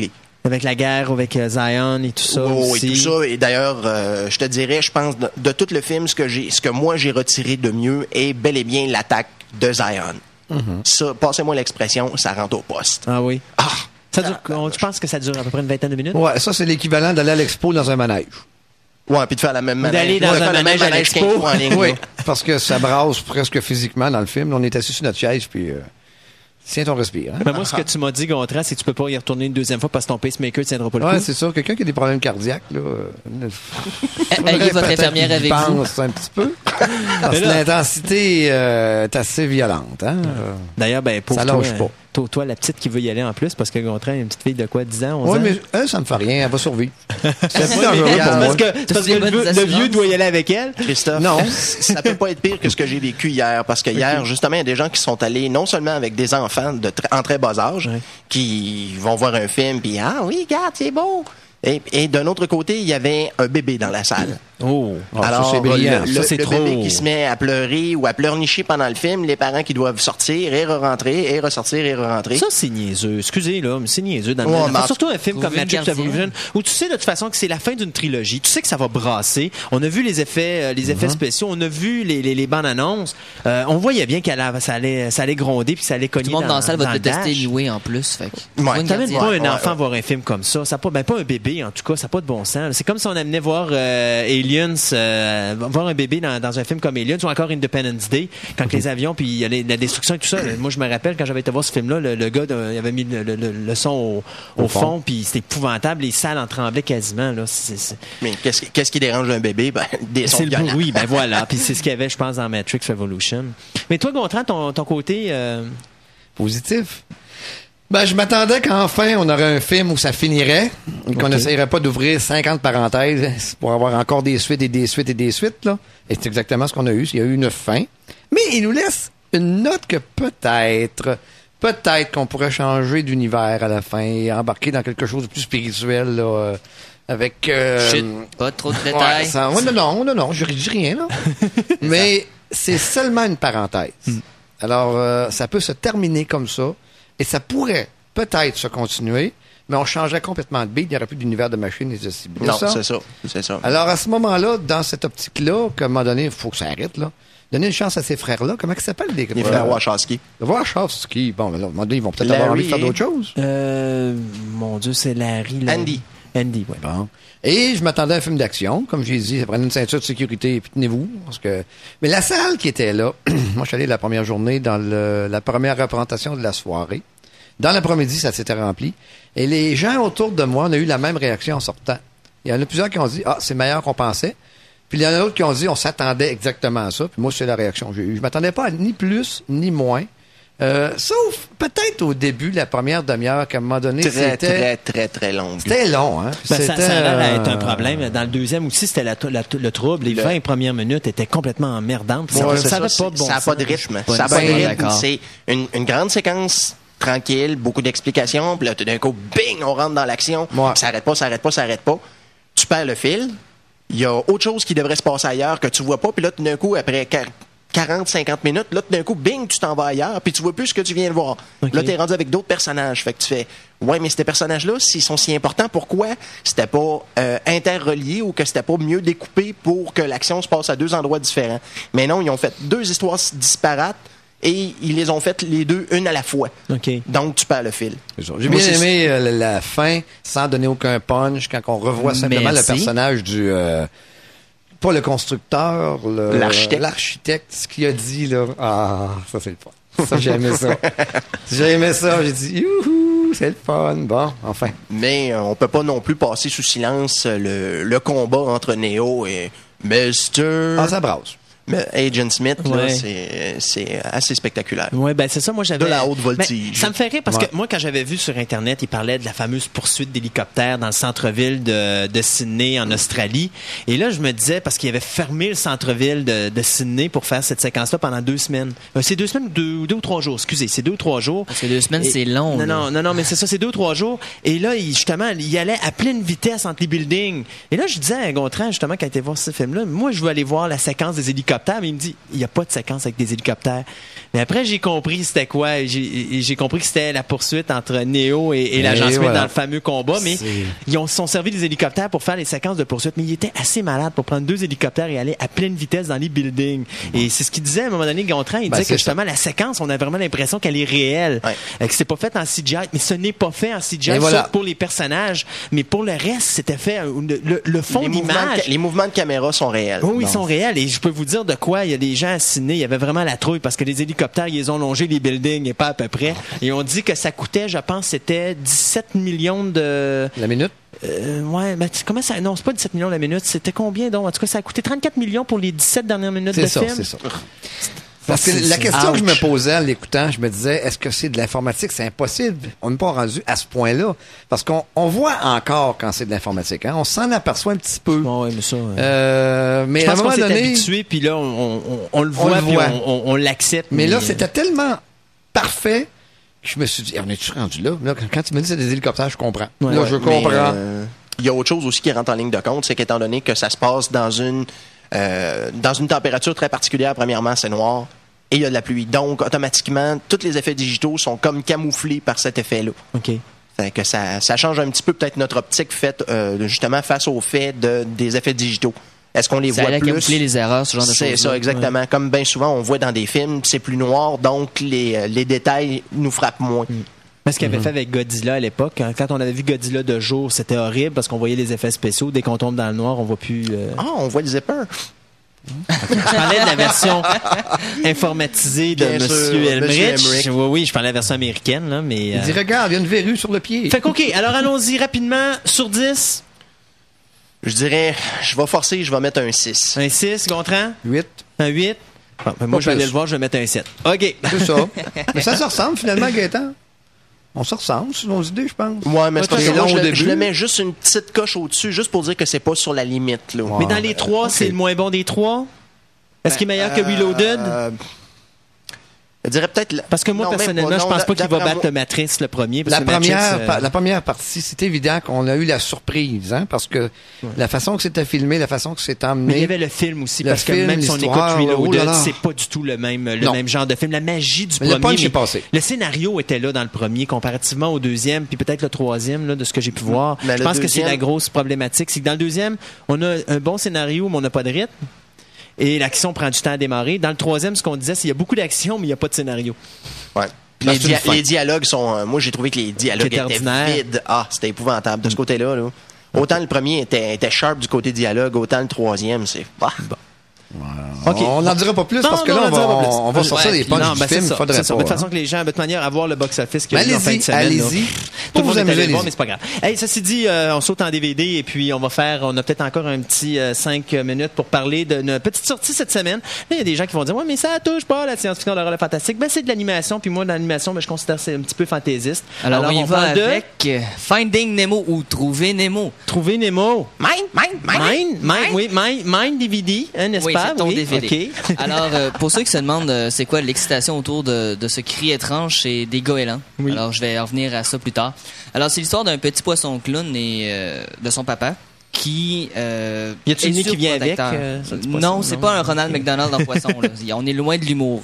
Avec la guerre, avec euh, Zion et tout ça Oh, aussi. et tout ça. Et d'ailleurs, euh, je te dirais, je pense, de, de tout le film, ce que j'ai, ce que moi j'ai retiré de mieux est bel et bien l'attaque de Zion. Mm-hmm. Ça, passez-moi l'expression, ça rentre au poste. Ah oui. Ah! Ça dure, on, tu penses que ça dure à peu près une vingtaine de minutes? Ouais, ça, c'est l'équivalent d'aller à l'expo dans un manège. Ouais, puis de faire la même manège. D'aller dans Ouais, un faire le même manège à manège l'expo. quinze fois en ligne. Oui, là. parce que ça brasse presque physiquement dans le film. On est assis sur notre chaise, puis euh, tiens ton respire. Hein? Ben moi, ce que tu m'as dit, Gontran, c'est que tu peux pas y retourner une deuxième fois parce que ton pacemaker ne tiendra pas le Ouais, coup. c'est ça. Quelqu'un qui a des problèmes cardiaques, là. euh, Ayez votre peut-être infirmière qu'il avec vous. pense un petit peu. Parce Mais que là- l'intensité euh, est assez violente. Hein? Euh, D'ailleurs, ben, pour Ça toi, lâche euh, pas. toi, toi, la petite qui veut y aller en plus, parce que Gontran est une petite fille de quoi, dix ans, onze Oui, ans? mais elle, ça me fait rien. Elle va survivre. C'est assez Ouais, mais dangereux regarde, pour moi. parce que, c'est parce que des le, bonnes vieux- le assurances. vieux doit y aller avec elle. Christophe, Non. ça peut pas être pire que ce que j'ai vécu hier, parce que hier, justement, il y a des gens qui sont allés non seulement avec des enfants de tr- en très bas âge, Ouais. qui vont voir un film, puis ah oui, regarde, c'est beau. Et, et d'un autre côté, il y avait un bébé dans la salle. Oh. Ah, ça, Alors, c'est brillant. le, Ça, le- c'est le trop. bébé qui se met à pleurer ou à pleurnicher pendant le film, les parents qui doivent sortir et re-rentrer et ressortir et re-rentrer. Ça, c'est niaiseux. Excusez, là, mais c'est niaiseux. Dans le Ouais, enfin, mais en- surtout un film Vous comme voulez Matrix le gardien? Evolution, où tu sais de toute façon que c'est la fin d'une trilogie. Tu sais que ça va brasser. On a vu les effets, euh, les effets spéciaux. On a vu les, les, les bandes annonces. Euh, on voyait bien qu'elle a- ça allait, ça allait gronder puis ça allait cogner Tout le monde dans la salle va dans te le détester dash. anyway en plus. Fait que, Ouais. faut une T'amènes gardienne. pas Ouais, un ouais, enfant ouais. voir un film comme ça. Ça a pas, ben pas un bébé, en tout cas. Ça n'a pas de bon sens. C'est comme si on amenait voir euh, Aliens, euh, voir un bébé dans, dans un film comme Aliens ou encore Independence Day, quand les avions, puis il y a les- la destruction et tout ça. Moi, je me rappelle, quand j'avais été voir ce film-là, le, le gars, de- il avait mis le, le- le- le son au, au Au fond. fond, puis c'était épouvantable. Les salles en tremblaient quasiment. Là. C'est, c'est- Mais qu'est-ce, qui- qu'est-ce qui dérange un bébé? Ben, des sons c'est le violents. bruit, ben voilà. Puis c'est ce qu'il y avait, je pense, dans Matrix Revolution. Mais toi, Gontran, ton, ton côté... euh, Positif. Ben, je m'attendais qu'enfin, on aurait un film où ça finirait, et qu'on Ok. n'essayerait pas d'ouvrir cinquante parenthèses pour avoir encore des suites et des suites et des suites, là. Et c'est exactement ce qu'on a eu. Il y a eu une fin. Mais il nous laisse une note que peut-être, peut-être qu'on pourrait changer d'univers à la fin et embarquer dans quelque chose de plus spirituel, là, euh, avec... euh, Chut, pas trop de Ouais, détails. ça- ouais, non, non, non, non, je dis rien, là. Mais c'est seulement une parenthèse. Alors, euh, ça peut se terminer comme ça, et ça pourrait peut-être se continuer, mais on changerait complètement de beat, il n'y aurait plus d'univers de machine et de cible. Non, c'est ça. C'est ça. Alors, à ce moment-là, dans cette optique-là, qu'à un moment donné, il faut que ça arrête, là. Donner une chance à ces frères-là. Comment ils s'appellent? Les, Les frères Wachowski. Wachowski. Bon, mais là, à un moment donné, ils vont peut-être avoir Larry envie de faire et- d'autres choses. euh, mon Dieu, c'est Larry. Larry. Andy. Andy, oui. Bon. Et je m'attendais à un film d'action. Comme j'ai dit, ça prenait une ceinture de sécurité et puis tenez-vous. Parce que... Mais la salle qui était là, moi je suis allé la première journée dans le- la première représentation de la soirée. Dans l'après-midi, ça s'était rempli. Et les gens autour de moi, on a eu la même réaction en sortant. Il y en a plusieurs qui ont dit « Ah, c'est meilleur qu'on pensait ». Puis il y en a d'autres qui ont dit « On s'attendait exactement à ça ». Puis moi, c'est la réaction que j'ai eue. Je m'attendais pas à ni plus, ni moins. Euh, sauf peut-être au début, la première demi-heure, qu'à un moment donné, Très, c'était... très, très, très longue. C'était long, hein. Ben, ça, C'était, ça a l'air à être un euh, problème. Dans le deuxième aussi, c'était la, la- le trouble. Les Le- vingt premières minutes étaient complètement emmerdantes. Non, Ça c'est ça n'avait ça, pas de bon ça n'a sens. pas de rythme. pas Ça n'a pas de nécessairement rythme. d'accord. C'est une, une grande séquence tranquille, beaucoup d'explications, puis là, tout d'un coup, bing, on rentre dans l'action. Ouais. Ça n'arrête pas, ça n'arrête pas, ça n'arrête pas. Tu perds le fil. Il y a autre chose qui devrait se passer ailleurs que tu vois pas, puis là, tout d'un coup, après quarante cinquante minutes, là, tout d'un coup, bing, tu t'en vas ailleurs, puis tu vois plus ce que tu viens de voir. Ok. Là, tu es rendu avec d'autres personnages. Fait que tu fais, ouais, mais ces personnages-là, s'ils sont si importants, pourquoi c'était pas euh, interrelié ou que c'était pas mieux découpé pour que l'action se passe à deux endroits différents? Mais non, ils ont fait deux histoires disparates et ils les ont faites les deux, une à la fois. OK. Donc, tu perds le fil. C'est ça. J'ai Moi, bien c'est- aimé euh, la, la fin, sans donner aucun punch, quand on revoit simplement Merci. le personnage du... euh, pas le constructeur, le- L'architecte. L'architecte, ce qu'il a dit, là. Ah, ça, c'est le fun. Ça, j'ai aimé ça. J'ai aimé ça. J'ai dit, youhou, c'est le fun. Bon, enfin. Mais euh, on peut pas non plus passer sous silence euh, le, le combat entre Neo et mister Ah, ça brasse. Mais Agent Smith, là, Ouais. c'est, c'est assez spectaculaire. Oui, ben c'est ça. Moi, j'avais. De la haute voltige. Ben, ça me fait rire parce Ouais. que moi, quand j'avais vu sur Internet, il parlait de la fameuse poursuite d'hélicoptère dans le centre-ville de, de Sydney, en Australie. Et là, je me disais, parce qu'il avait fermé le centre-ville de, de Sydney pour faire cette séquence-là pendant deux semaines. Euh, c'est deux semaines ou deux, deux ou trois jours. Excusez, c'est deux ou trois jours. Parce que deux semaines, Et- c'est long. Non, là. non, non, non, mais c'est ça, c'est deux ou trois jours. Et là, il, justement, il allait à pleine vitesse entre les buildings. Et là, je disais à Gontran, justement, quand il était voir ce film-là, moi, je veux aller voir la séquence des hélicoptères hélicoptères, mais il me dit, il n'y a pas de séquence avec des hélicoptères. Mais après, j'ai compris c'était quoi. J'ai, j'ai compris que c'était la poursuite entre Neo et, et l'agent Smith voilà. dans le fameux combat, mais c'est... ils ont sont servi des hélicoptères pour faire les séquences de poursuite, mais il était assez malade pour prendre deux hélicoptères et aller à pleine vitesse dans les buildings. Mmh. Et c'est ce qu'il disait à un moment donné, Gontran, il ben, disait que justement, ça. la séquence, on a vraiment l'impression qu'elle est réelle. Ouais. Que c'est pas fait en C G I, mais ce n'est pas fait en C G I, voilà. sauf pour les personnages, mais pour le reste, c'était fait, le, le, le fond les d'image. Mouvements de, les mouvements de caméra sont réels. Oui, ils sont réels, et je peux vous dire de quoi, il y a des gens à Sydney, il y avait vraiment la trouille, parce que les hélicoptères, ils ont longé les buildings, et pas à peu près. Et on dit que ça coûtait, je pense, c'était dix-sept millions de... La minute? Euh, ouais, mais comment ça... Non, c'est pas dix-sept millions la minute, c'était combien donc? En tout cas, ça a coûté trente-quatre millions pour les dix-sept dernières minutes c'est de ça, film. C'est ça, c'est ça. Parce que la question Ouch. que je me posais en l'écoutant, je me disais, est-ce que c'est de l'informatique? C'est impossible. On n'est pas rendu à ce point-là. Parce qu'on on voit encore quand c'est de l'informatique. Hein? On s'en aperçoit un petit peu. Oh, ouais, mais ça, ouais. euh, mais je pense à un moment qu'on donné, s'est habitué, puis là, on, on, on le voit, puis on, on, on l'accepte. Mais, mais là, c'était tellement parfait que je me suis dit, on est-tu rendu là? là quand tu me dis que c'est des hélicoptères, je comprends. Ouais, là, ouais, je comprends. Euh, il y a autre chose aussi qui rentre en ligne de compte, c'est qu'étant donné que ça se passe dans une, euh, dans une température très particulière, premièrement, c'est noir. Et il y a de la pluie. Donc, automatiquement, tous les effets digitaux sont comme camouflés par cet effet-là. OK. Fait que ça, ça change un petit peu peut-être notre optique faite euh, justement face au fait de, des effets digitaux. Est-ce qu'on les ça voit allait plus? camoufler les erreurs, ce genre de choses. C'est ça, exactement. Ouais. Comme bien souvent, on voit dans des films, c'est plus noir, donc les, les détails nous frappent moins. Mm. Parce qu'il avait mm-hmm. fait avec Godzilla à l'époque. Quand on avait vu Godzilla de jour, c'était horrible parce qu'on voyait les effets spéciaux. Dès qu'on tombe dans le noir, on voit plus... Euh... Ah, on voit les zippers. Je parlais de la version informatisée de M. Elmrich. Oui, oui, je parlais de la version américaine, là, mais. Il dit, regarde, il y a une verrue sur le pied. Fait qu'OK, alors allons-y rapidement. Sur dix. Je dirais, je vais forcer, je vais mettre un six. Un six, Gontran? huit. Un huit? Bon, ben moi, je vais aller le voir, je vais mettre un sept. OK. C'est ça. Mais ça se ressemble finalement, Gaëtan. On se ressemble sur nos idées, je pense. Ouais, mais c'est parce que moi, je, le, début. je le mets juste une petite coche au-dessus, juste pour dire que c'est pas sur la limite. Là. Ouais. Mais dans les trois, okay. c'est le moins bon des trois? Est-ce ben, qu'il est meilleur euh, que Reloaded? Euh, je dirais peut-être... Parce que moi, non, personnellement, pas, non, je pense pas qu'il va battre moi... Matrice le premier. Parce la, que première, Matrix, euh... la première partie, c'est évident qu'on a eu la surprise, hein, parce que ouais. la façon que c'était filmé, la façon que c'est emmené... Mais il y avait le film aussi, le parce film, que même si on écoute Reloaded, oh là là. c'est pas du tout le même, le même genre de film. La magie du mais premier... Le punch est passé. Le scénario était là dans le premier, comparativement au deuxième, puis peut-être le troisième, là, de ce que j'ai pu voir. Mais je pense deuxième... que c'est la grosse problématique. C'est que dans le deuxième, on a un bon scénario, mais on n'a pas de rythme. Et l'action prend du temps à démarrer. Dans le troisième, ce qu'on disait, c'est qu'il y a beaucoup d'action, mais il n'y a pas de scénario. Ouais. Les, dia- les dialogues sont... Euh, moi, j'ai trouvé que les dialogues étaient ordinaire. vides. Ah, c'était épouvantable de ce côté-là. Là. Autant le premier était, était sharp du côté dialogue, autant le troisième, c'est... Ah. Bon. Wow. Okay. On n'en dira pas plus non, parce que non, là, on va, on, on va sortir ouais, des punchs du ben film. Ça, faudrait ça. pas. De toute façon, que les gens, de toute manière, avoir le box-office qu'il y a ben, eu en fin de semaine. Allez-y. Tout le monde est allé le voir, mais c'est pas grave. Hey, ceci dit, euh, on saute en D V D et puis on va faire, on a peut-être encore un petit euh, cinq minutes pour parler d'une petite sortie cette semaine. Là, il y a des gens qui vont dire, ouais, mais ça touche pas la science-fiction, l'horreur, le fantastique. Ben, c'est de l'animation. Puis moi, dans l'animation, ben, je considère que c'est un petit peu fantaisiste. Alors, Alors on, on va avec de... Finding Nemo ou Trouver Nemo. Trouver Nemo. Mine, mine, mine. Mine, mine, oui, mine, mine D V D, hein, n'est-ce oui, pas? C'est ton oui, D V D. Okay. Alors, euh, pour ceux qui se demandent euh, c'est quoi l'excitation autour de, de ce cri étrange chez des goélands, oui. Alors je vais revenir à ça plus tard. Alors, c'est l'histoire d'un petit poisson clown et euh, de son papa qui euh, y a-t-il une qui vient avec euh, non, c'est non. pas un Ronald McDonald en poisson. Là. On est loin de l'humour.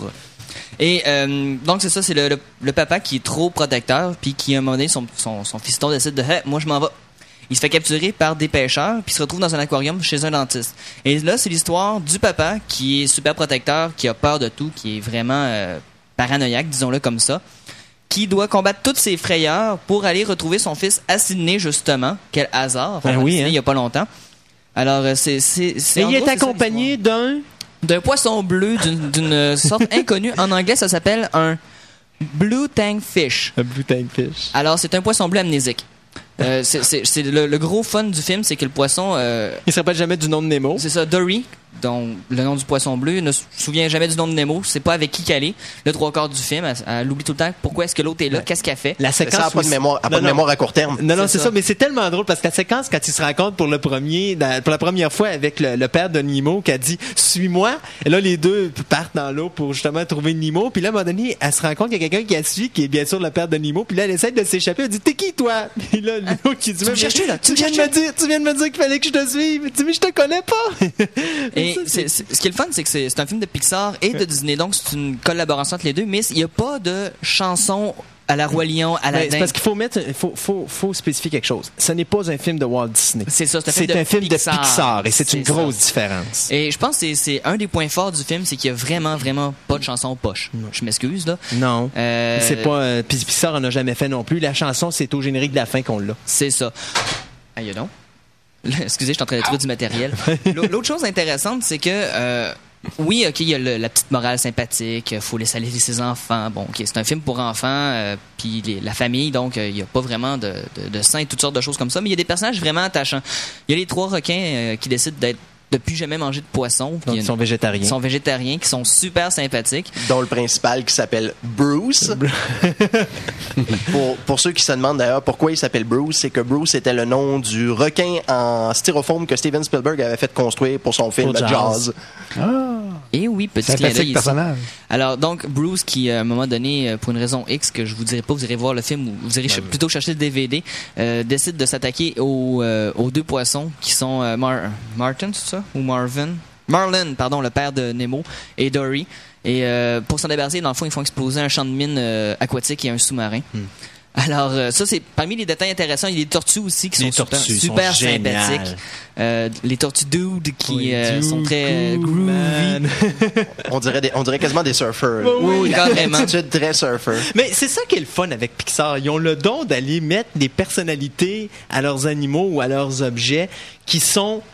Et euh, donc c'est ça, c'est le, le, le papa qui est trop protecteur, puis qui à un moment donné son, son, son fiston décide de hey, moi je m'en vais. Il se fait capturer par des pêcheurs puis se retrouve dans un aquarium chez un dentiste. Et là, c'est l'histoire du papa qui est super protecteur, qui a peur de tout, qui est vraiment euh, paranoïaque, disons-le comme ça, qui doit combattre toutes ses frayeurs pour aller retrouver son fils à Sydney, justement. Quel hasard! Enfin, ben oui, Sydney, hein? il n'y a pas longtemps. Alors, c'est... c'est, c'est Et il gros, est accompagné ça, d'un... D'un poisson bleu, d'une, d'une sorte inconnue. En anglais, ça s'appelle un Blue Tang Fish. Un Blue Tang Fish. Alors, c'est un poisson bleu amnésique. Euh, c'est, c'est, c'est le, le gros fun du film, c'est que le poisson... Euh, il se rappelle jamais du nom de Nemo. C'est ça, Dory, dont le nom du poisson bleu, ne se souvient jamais du nom de Nemo. C'est pas avec qui qu'elle est. Le trois quarts du film, elle, elle oublie tout le temps pourquoi est-ce que l'autre est là, ouais. Qu'est-ce qu'elle fait. La séquence ça n'a pas de mémoire, a pas de mémoire à court terme. Non, non, c'est, c'est ça. ça. Mais c'est tellement drôle parce que la séquence, quand il se rencontre pour le premier, pour la première fois avec le, le père de Nemo, qui a dit « Suis-moi », et là, les deux partent dans l'eau pour justement trouver Nemo. Puis là, à un moment donné, elle se rend compte qu'il y a quelqu'un qui la suit, qui est bien sûr le père de Nemo. Puis là, elle essaie de s'échapper. Elle dit « T'es qui, toi? » Puis là, Nemo qui dit « Tu me cherches, là? Tu viens de me dire, tu viens de me dire qu'il fallait que je te suive. Tu mais je te connais pas. » Et c'est, c'est, ce qui est le fun, c'est que c'est, c'est un film de Pixar et de Disney, donc c'est une collaboration entre les deux, mais il n'y a pas de chanson à la Roi Lion, à la Ben, c'est parce qu'il faut mettre, il faut, faut, faut spécifier quelque chose. Ce n'est pas un film de Walt Disney. C'est ça, c'est un C'est film, un de, film Pixar. de Pixar et c'est, C'est une ça. grosse différence. Et je pense que c'est, c'est un des points forts du film, c'est qu'il y a vraiment, vraiment pas de chanson poche. Je m'excuse, là. Non. Euh, C'est pas. Euh, puis Pixar en a jamais fait non plus. La chanson, c'est au générique de la fin qu'on l'a. C'est ça. Aïe donc. Excusez, je suis en train de trouver du matériel. L'autre chose intéressante, c'est que euh, oui, ok, il y a le- la petite morale sympathique, faut laisser aller ses enfants. Bon, ok, c'est un film pour enfants, euh, puis les- la famille, donc euh, il y a pas vraiment de, de, de sang et toutes sortes de choses comme ça. Mais il y a des personnages vraiment attachants. Il y a les trois requins euh, qui décident d'être de plus jamais manger de poisson. Puis il Donc y a ils une- sont végétariens. Ils sont végétariens, qui sont super sympathiques. Dont le principal qui s'appelle Bruce. pour, pour ceux qui se demandent d'ailleurs pourquoi il s'appelle Bruce, c'est que Bruce était le nom du requin en styrofoam que Steven Spielberg avait fait construire pour son film Pour Jaws. Jazz. Et oui, petit clin d'œil Sympathique ici. personnage. Alors, donc, Bruce, qui, à un moment donné, euh, pour une raison X, que je vous dirai pas, vous irez voir le film ou vous irez ch- plutôt chercher le D V D, euh, décide de s'attaquer aux, euh, aux deux poissons qui sont euh, Mar- Martin, c'est ça? Ou Marvin? Marlin, pardon, le père de Nemo, et Dory. Et euh, pour s'en débarrasser, dans le fond, ils font exploser un champ de mine euh, aquatique et un sous-marin. Alors, euh, ça, c'est parmi les détails intéressants. Il y a des tortues aussi qui Les sont super, tortues sont super géniales. sympathiques. Euh, les tortues Dude qui Oui, euh, dude, sont très euh, cool, groovy. man. On dirait, des- on dirait quasiment des surfeurs. Oui, oui, carrément. Attitude très surfer. Mais c'est ça qui est le fun avec Pixar. Ils ont le don d'aller mettre des personnalités à leurs animaux ou à leurs objets qui sont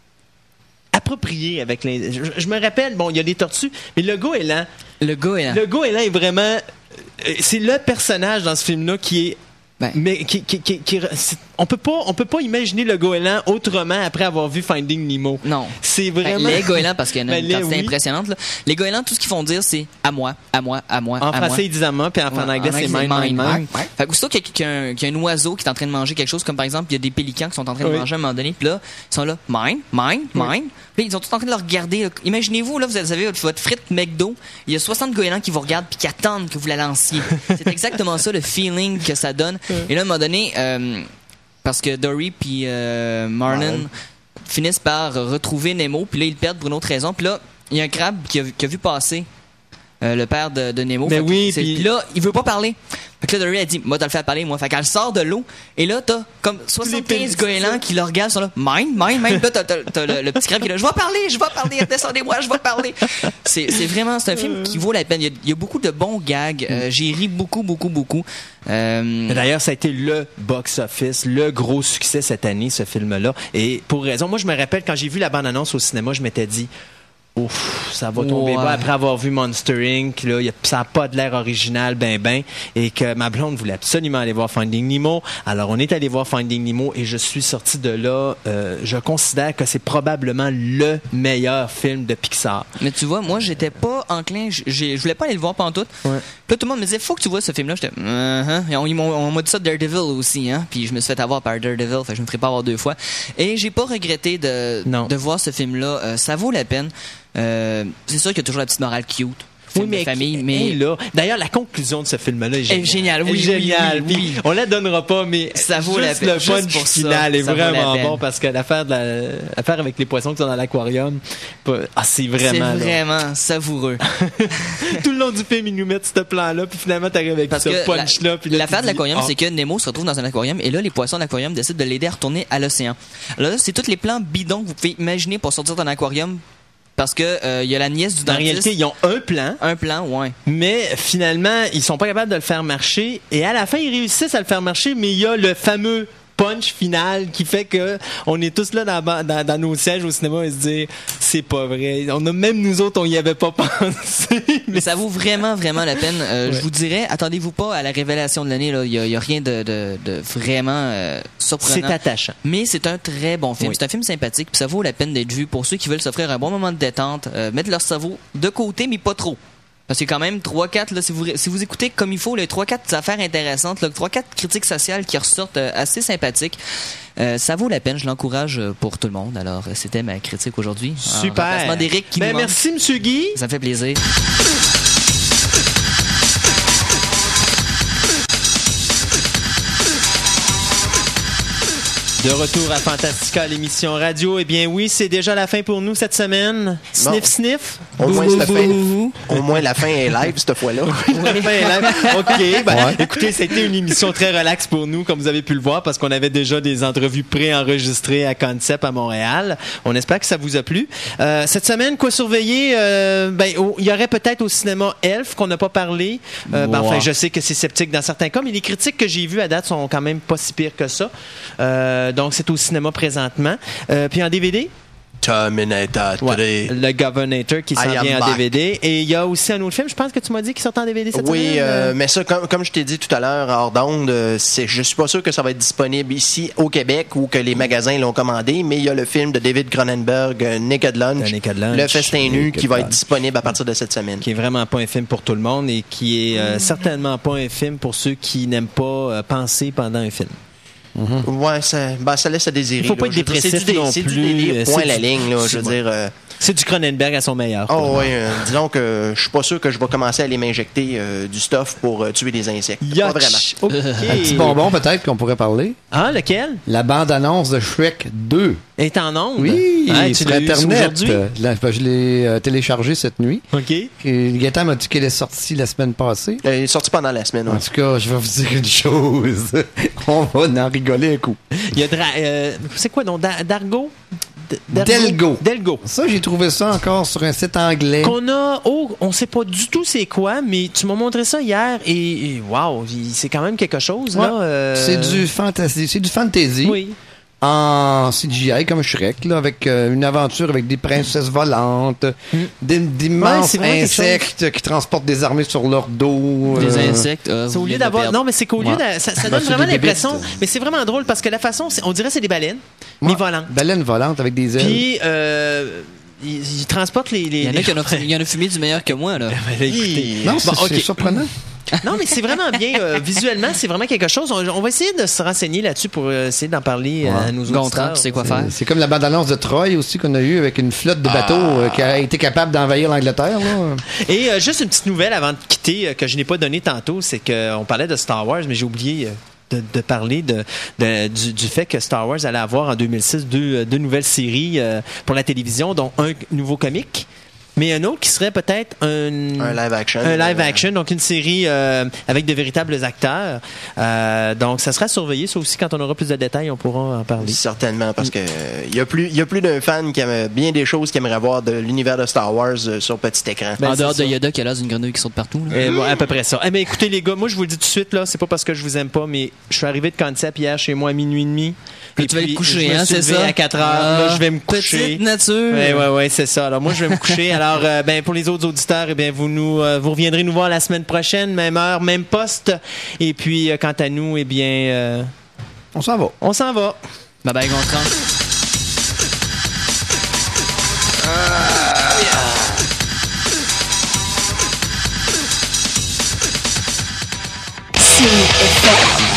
appropriés avec les. Je, je me rappelle, bon, il y a des tortues, mais le goéland, Le gars est là. le goéland est vraiment. euh, C'est le personnage dans ce film-là qui est. Ben. Mais qui, qui, qui, qui- c'est- on peut pas, on peut pas imaginer le goéland autrement après avoir vu Finding Nemo. Non. C'est Ben, vraiment. les goélands, parce qu'il y en a Ben, une les, quantité oui. impressionnante. Là. Les goélands, tout ce qu'ils font dire, c'est à moi, à moi, à moi, En à moi. français, ils disent à moi, puis en, en Ouais, anglais, c'est mine, mine, mine. Fait que aussitôt qu'il y a- qu'il y a un- qu'il y a un oiseau qui est en train de manger quelque chose, comme par exemple, il y a des pélicans qui sont en train de Oui. manger à un moment donné, puis là, ils sont là, mine, mine, mine. Puis là, ils sont tous en train de le regarder. là. Imaginez-vous, là, vous avez votre, votre frite McDo, il y a soixante goélands qui vous regardent puis qui attendent que vous la lanciez. C'est exactement ça, le feeling que ça donne. Et là, à un moment donné, euh, parce que Dory puis euh, Marlin Marlin. finissent par retrouver Nemo, puis là, ils le perdent pour une autre raison. Puis là, il y a un crabe qui a, vu- qui a vu passer euh, le père de, de Nemo. Ben Fait que oui, c'est- puis- puis là, il veut pas parler. Fait que là, Dory a dit, moi, t'as le fait parler, moi. Fait qu'elle sort de l'eau, et là, t'as comme soixante-quinze goélands qui le regardent, sont là, mine, mine, mine. Puis là, t'as, t'as- t'as le, le petit crabe qui est là, je vais parler, je vais parler, descendez-moi, je vais parler. C'est, c'est vraiment, c'est un film qui vaut la peine. Il y a, il y a beaucoup de bons gags. Euh, j'ai ri beaucoup, beaucoup, beaucoup. Euh, D'ailleurs, ça a été le box-office, le gros succès cette année, ce film-là. Et pour raison, moi, je me rappelle, quand j'ai vu la bande-annonce au cinéma, je m'étais dit, ouf, ça va tomber Ouais. bas après avoir vu Monster incorporé. Là, y a, ça n'a pas de l'air original, ben, ben. Et que ma blonde voulait absolument aller voir Finding Nemo. Alors, on est allé voir Finding Nemo et je suis sorti de là. Euh, je considère que c'est probablement le meilleur film de Pixar. Mais tu vois, moi, j'étais pas enclin. j'ai- Je voulais pas aller le voir pantoute. Ouais. Puis là, tout le monde me disait, faut que tu vois ce film-là. J'étais, uh-huh. Et on, ils m'ont- on m'a dit ça de Daredevil aussi, hein. Puis je me suis fait avoir par Daredevil. Fait que je me ferai pas avoir deux fois. Et j'ai pas regretté de, Non. de voir ce film-là. Euh, ça vaut la peine. Euh, c'est sûr qu'il y a toujours la petite morale cute. Film de famille, mais. Et là, d'ailleurs, la conclusion de ce film-là est géniale. est géniale, oui, Elle est oui, géniale. oui, Puis oui. on la donnera pas, mais Ça vaut la juste peine. le Juste punch pour ça, final est ça vaut la vraiment peine. bon parce que l'affaire de la, l'affaire avec les poissons qui sont dans l'aquarium, pas- ah, c'est C'est vraiment. là. vraiment savoureux. Tout le long du film, ils nous mettent ce plan-là, puis finalement, t'arrives avec Parce ce que punch-là. la- puis là, l'affaire tu de dis, l'aquarium, ah. c'est que Nemo se retrouve dans un aquarium et là, les poissons de l'aquarium décident de l'aider à retourner à l'océan. Alors là, c'est tous les plans bidons que vous pouvez imaginer pour sortir d'un aquarium parce que euh, il y a la nièce du En dentiste. réalité, ils ont un plan, Un plan, ouais. mais finalement, ils sont pas capables de le faire marcher. Et à la fin, ils réussissent à le faire marcher, mais il y a le fameux punch final qui fait que on est tous là dans, dans, dans nos sièges au cinéma et se dire c'est pas vrai. On a même nous autres, on y avait pas pensé. Mais ça vaut vraiment, vraiment la peine. Euh, Ouais. Je vous dirais, attendez-vous pas à la révélation de l'année. là. Il y a, il y a rien de, de, de vraiment euh, C'est surprenant. attachant. Mais c'est un très bon film. Oui. C'est un film sympathique. Puis ça vaut la peine d'être vu pour ceux qui veulent s'offrir un bon moment de détente, euh, mettre leur cerveau de côté, mais pas trop. Parce qu'il y a quand même trois quatre, là, si vous, si vous écoutez comme il faut, les trois quatre affaires intéressantes, trois quatre critiques sociales qui ressortent euh, assez sympathiques. Euh, ça vaut la peine, je l'encourage euh, pour tout le monde. Alors, euh, c'était ma critique aujourd'hui. En Super. remplacement d'Éric qui Ben, nous manque. merci, Monsieur Guy. Ça me fait plaisir. De retour à Fantastica, l'émission radio. Eh bien oui, c'est déjà la fin pour nous cette semaine. Sniff, Bon. sniff. Au moins, Bouh, la bouh, fin, bouh. au moins, la fin est live cette fois-là. La fin est live. OK. Ben, Ouais. écoutez, c'était une émission très relaxe pour nous, comme vous avez pu le voir, parce qu'on avait déjà des entrevues pré-enregistrées à Concept à Montréal. On espère que ça vous a plu. Euh, cette semaine, quoi surveiller? Euh, ben, oh, il y aurait peut-être au cinéma Elf qu'on n'a pas parlé. Euh, ben, Ouais. enfin, je sais que c'est sceptique dans certains cas, mais les critiques que j'ai vues à date sont quand même pas si pires que ça. Euh, donc, c'est au cinéma présentement. Euh, puis en D V D? Terminator trois. Ouais, le Governator qui s'en I am vient en back. D V D. Et il y a aussi un autre film, je pense que tu m'as dit, qui sort en D V D cette Oui, semaine. euh, mais ça, comme, comme je t'ai dit tout à l'heure, hors d'onde, euh, c'est, je suis pas sûr que ça va être disponible ici au Québec ou que les magasins l'ont commandé, mais il y a le film de David Cronenberg, euh, Naked Lunch, Le Naked Lunch. le festin nu, Naked qui va Lunch. être disponible à partir de cette semaine. Qui est vraiment pas un film pour tout le monde et qui est euh, certainement pas un film pour ceux qui n'aiment pas euh, penser pendant un film. Ouais, ça, ben, ça laisse à désirer. Il faut pas là. être Je veux dire, dépressif c'est du, dé- non c'est plus, du délire, euh, point c'est la du- ligne, là. Je c'est veux bon. dire... euh, C'est du Cronenberg à son meilleur. Oh oui, euh, disons que je suis pas sûr que je vais commencer à aller m'injecter euh, du stuff pour euh, tuer des insectes. Pas vraiment. Yatch! OK. Un petit bonbon, peut-être, qu'on pourrait parler. Ah, lequel? La bande-annonce de Shrek deux. Est en onde? Oui, Ah, tu sur l'as eu Internet. aujourd'hui? Euh, là, ben, je l'ai euh, téléchargé cette nuit. OK. Et Gaëtan m'a dit qu'elle est sortie la semaine passée. Euh, il est sorti pendant la semaine. En ouais. tout cas, je vais vous dire une chose. On va en rigoler un coup. Il y a Dra- euh, c'est quoi, donc? Da- Dargo? D- Delgo. Delgo. Ça, j'ai trouvé ça encore sur un site anglais. Qu'on a, oh, on sait pas du tout c'est quoi, mais tu m'as montré ça hier et, et wow, il- c'est quand même quelque chose, là. Ouais. euh, C'est du fantasy. C'est du fantasy. Oui. En C G I, comme Shrek, là, avec euh, une aventure avec des princesses volantes, d'im- Ouais, d'immenses c'est vraiment quelque insectes qui transportent des armées sur leur dos. Des euh, insectes. ah, C'est vous au lieu venez de d'avoir. perdre. Non, mais c'est qu'au lieu Ouais. de. Ça, ça Ben, donne c'est vraiment des l'impression. bébites. Mais c'est vraiment drôle parce que la façon, c'est- on dirait que c'est des baleines, ouais. mais volantes. Baleines volantes avec des ailes. Puis, euh, ils, ils transportent les. les Il y en les- a qui en ont, il y en a fumé du meilleur que moi, là. Ben, écoutez. Non, c'est Bon, ok. c'est surprenant. Non, mais c'est vraiment bien. euh, visuellement, c'est vraiment quelque chose. On, on va essayer de se renseigner là-dessus pour euh, essayer d'en parler euh, à nos Gontran, auditeurs. tu sais quoi faire. C'est comme la bande-annonce de Troy aussi qu'on a eue avec une flotte de bateaux euh, qui a été capable d'envahir l'Angleterre. Là. Et euh, juste une petite nouvelle avant de quitter euh, que je n'ai pas donnée tantôt, c'est qu'on parlait de Star Wars, mais j'ai oublié euh, de, de parler de, de- du, du fait que Star Wars allait avoir en deux mille six deux, deux nouvelles séries euh, pour la télévision, dont un nouveau comique. Mais un autre qui serait peut-être un, Un live action. un live Euh, action, donc une série euh, avec de véritables acteurs. Euh, donc, ça sera surveillé. Ça aussi, quand on aura plus de détails, on pourra en parler. Certainement, parce que euh, il y a plus, il y a plus d'un fan qui aime bien des choses qu'il aimerait voir de l'univers de Star Wars euh, sur petit écran. Ben, en c'est dehors ça. de Yoda qui a l'air d'une grenouille qui saute partout. Là. Euh, bon, à peu près ça. Eh, mais écoutez, les gars, moi, je vous le dis tout de suite, là, c'est pas parce que je vous aime pas, mais je suis arrivé de Concept hier chez moi à minuit et demi. Là, Et tu vas aller puis, te coucher, je me hein, suis c'est levé ça? à quatre heures. Ah, là, je vais me coucher. Petite nature. Ouais, ouais, ouais, c'est ça. Alors, moi, je vais me coucher. Alors, euh, ben, pour les autres auditeurs, eh bien, vous nous, euh, vous reviendrez nous voir la semaine prochaine, même heure, même poste. Et puis, euh, quant à nous, eh bien, euh, On s'en va. on s'en va. Bye bye, Gontran. C F M.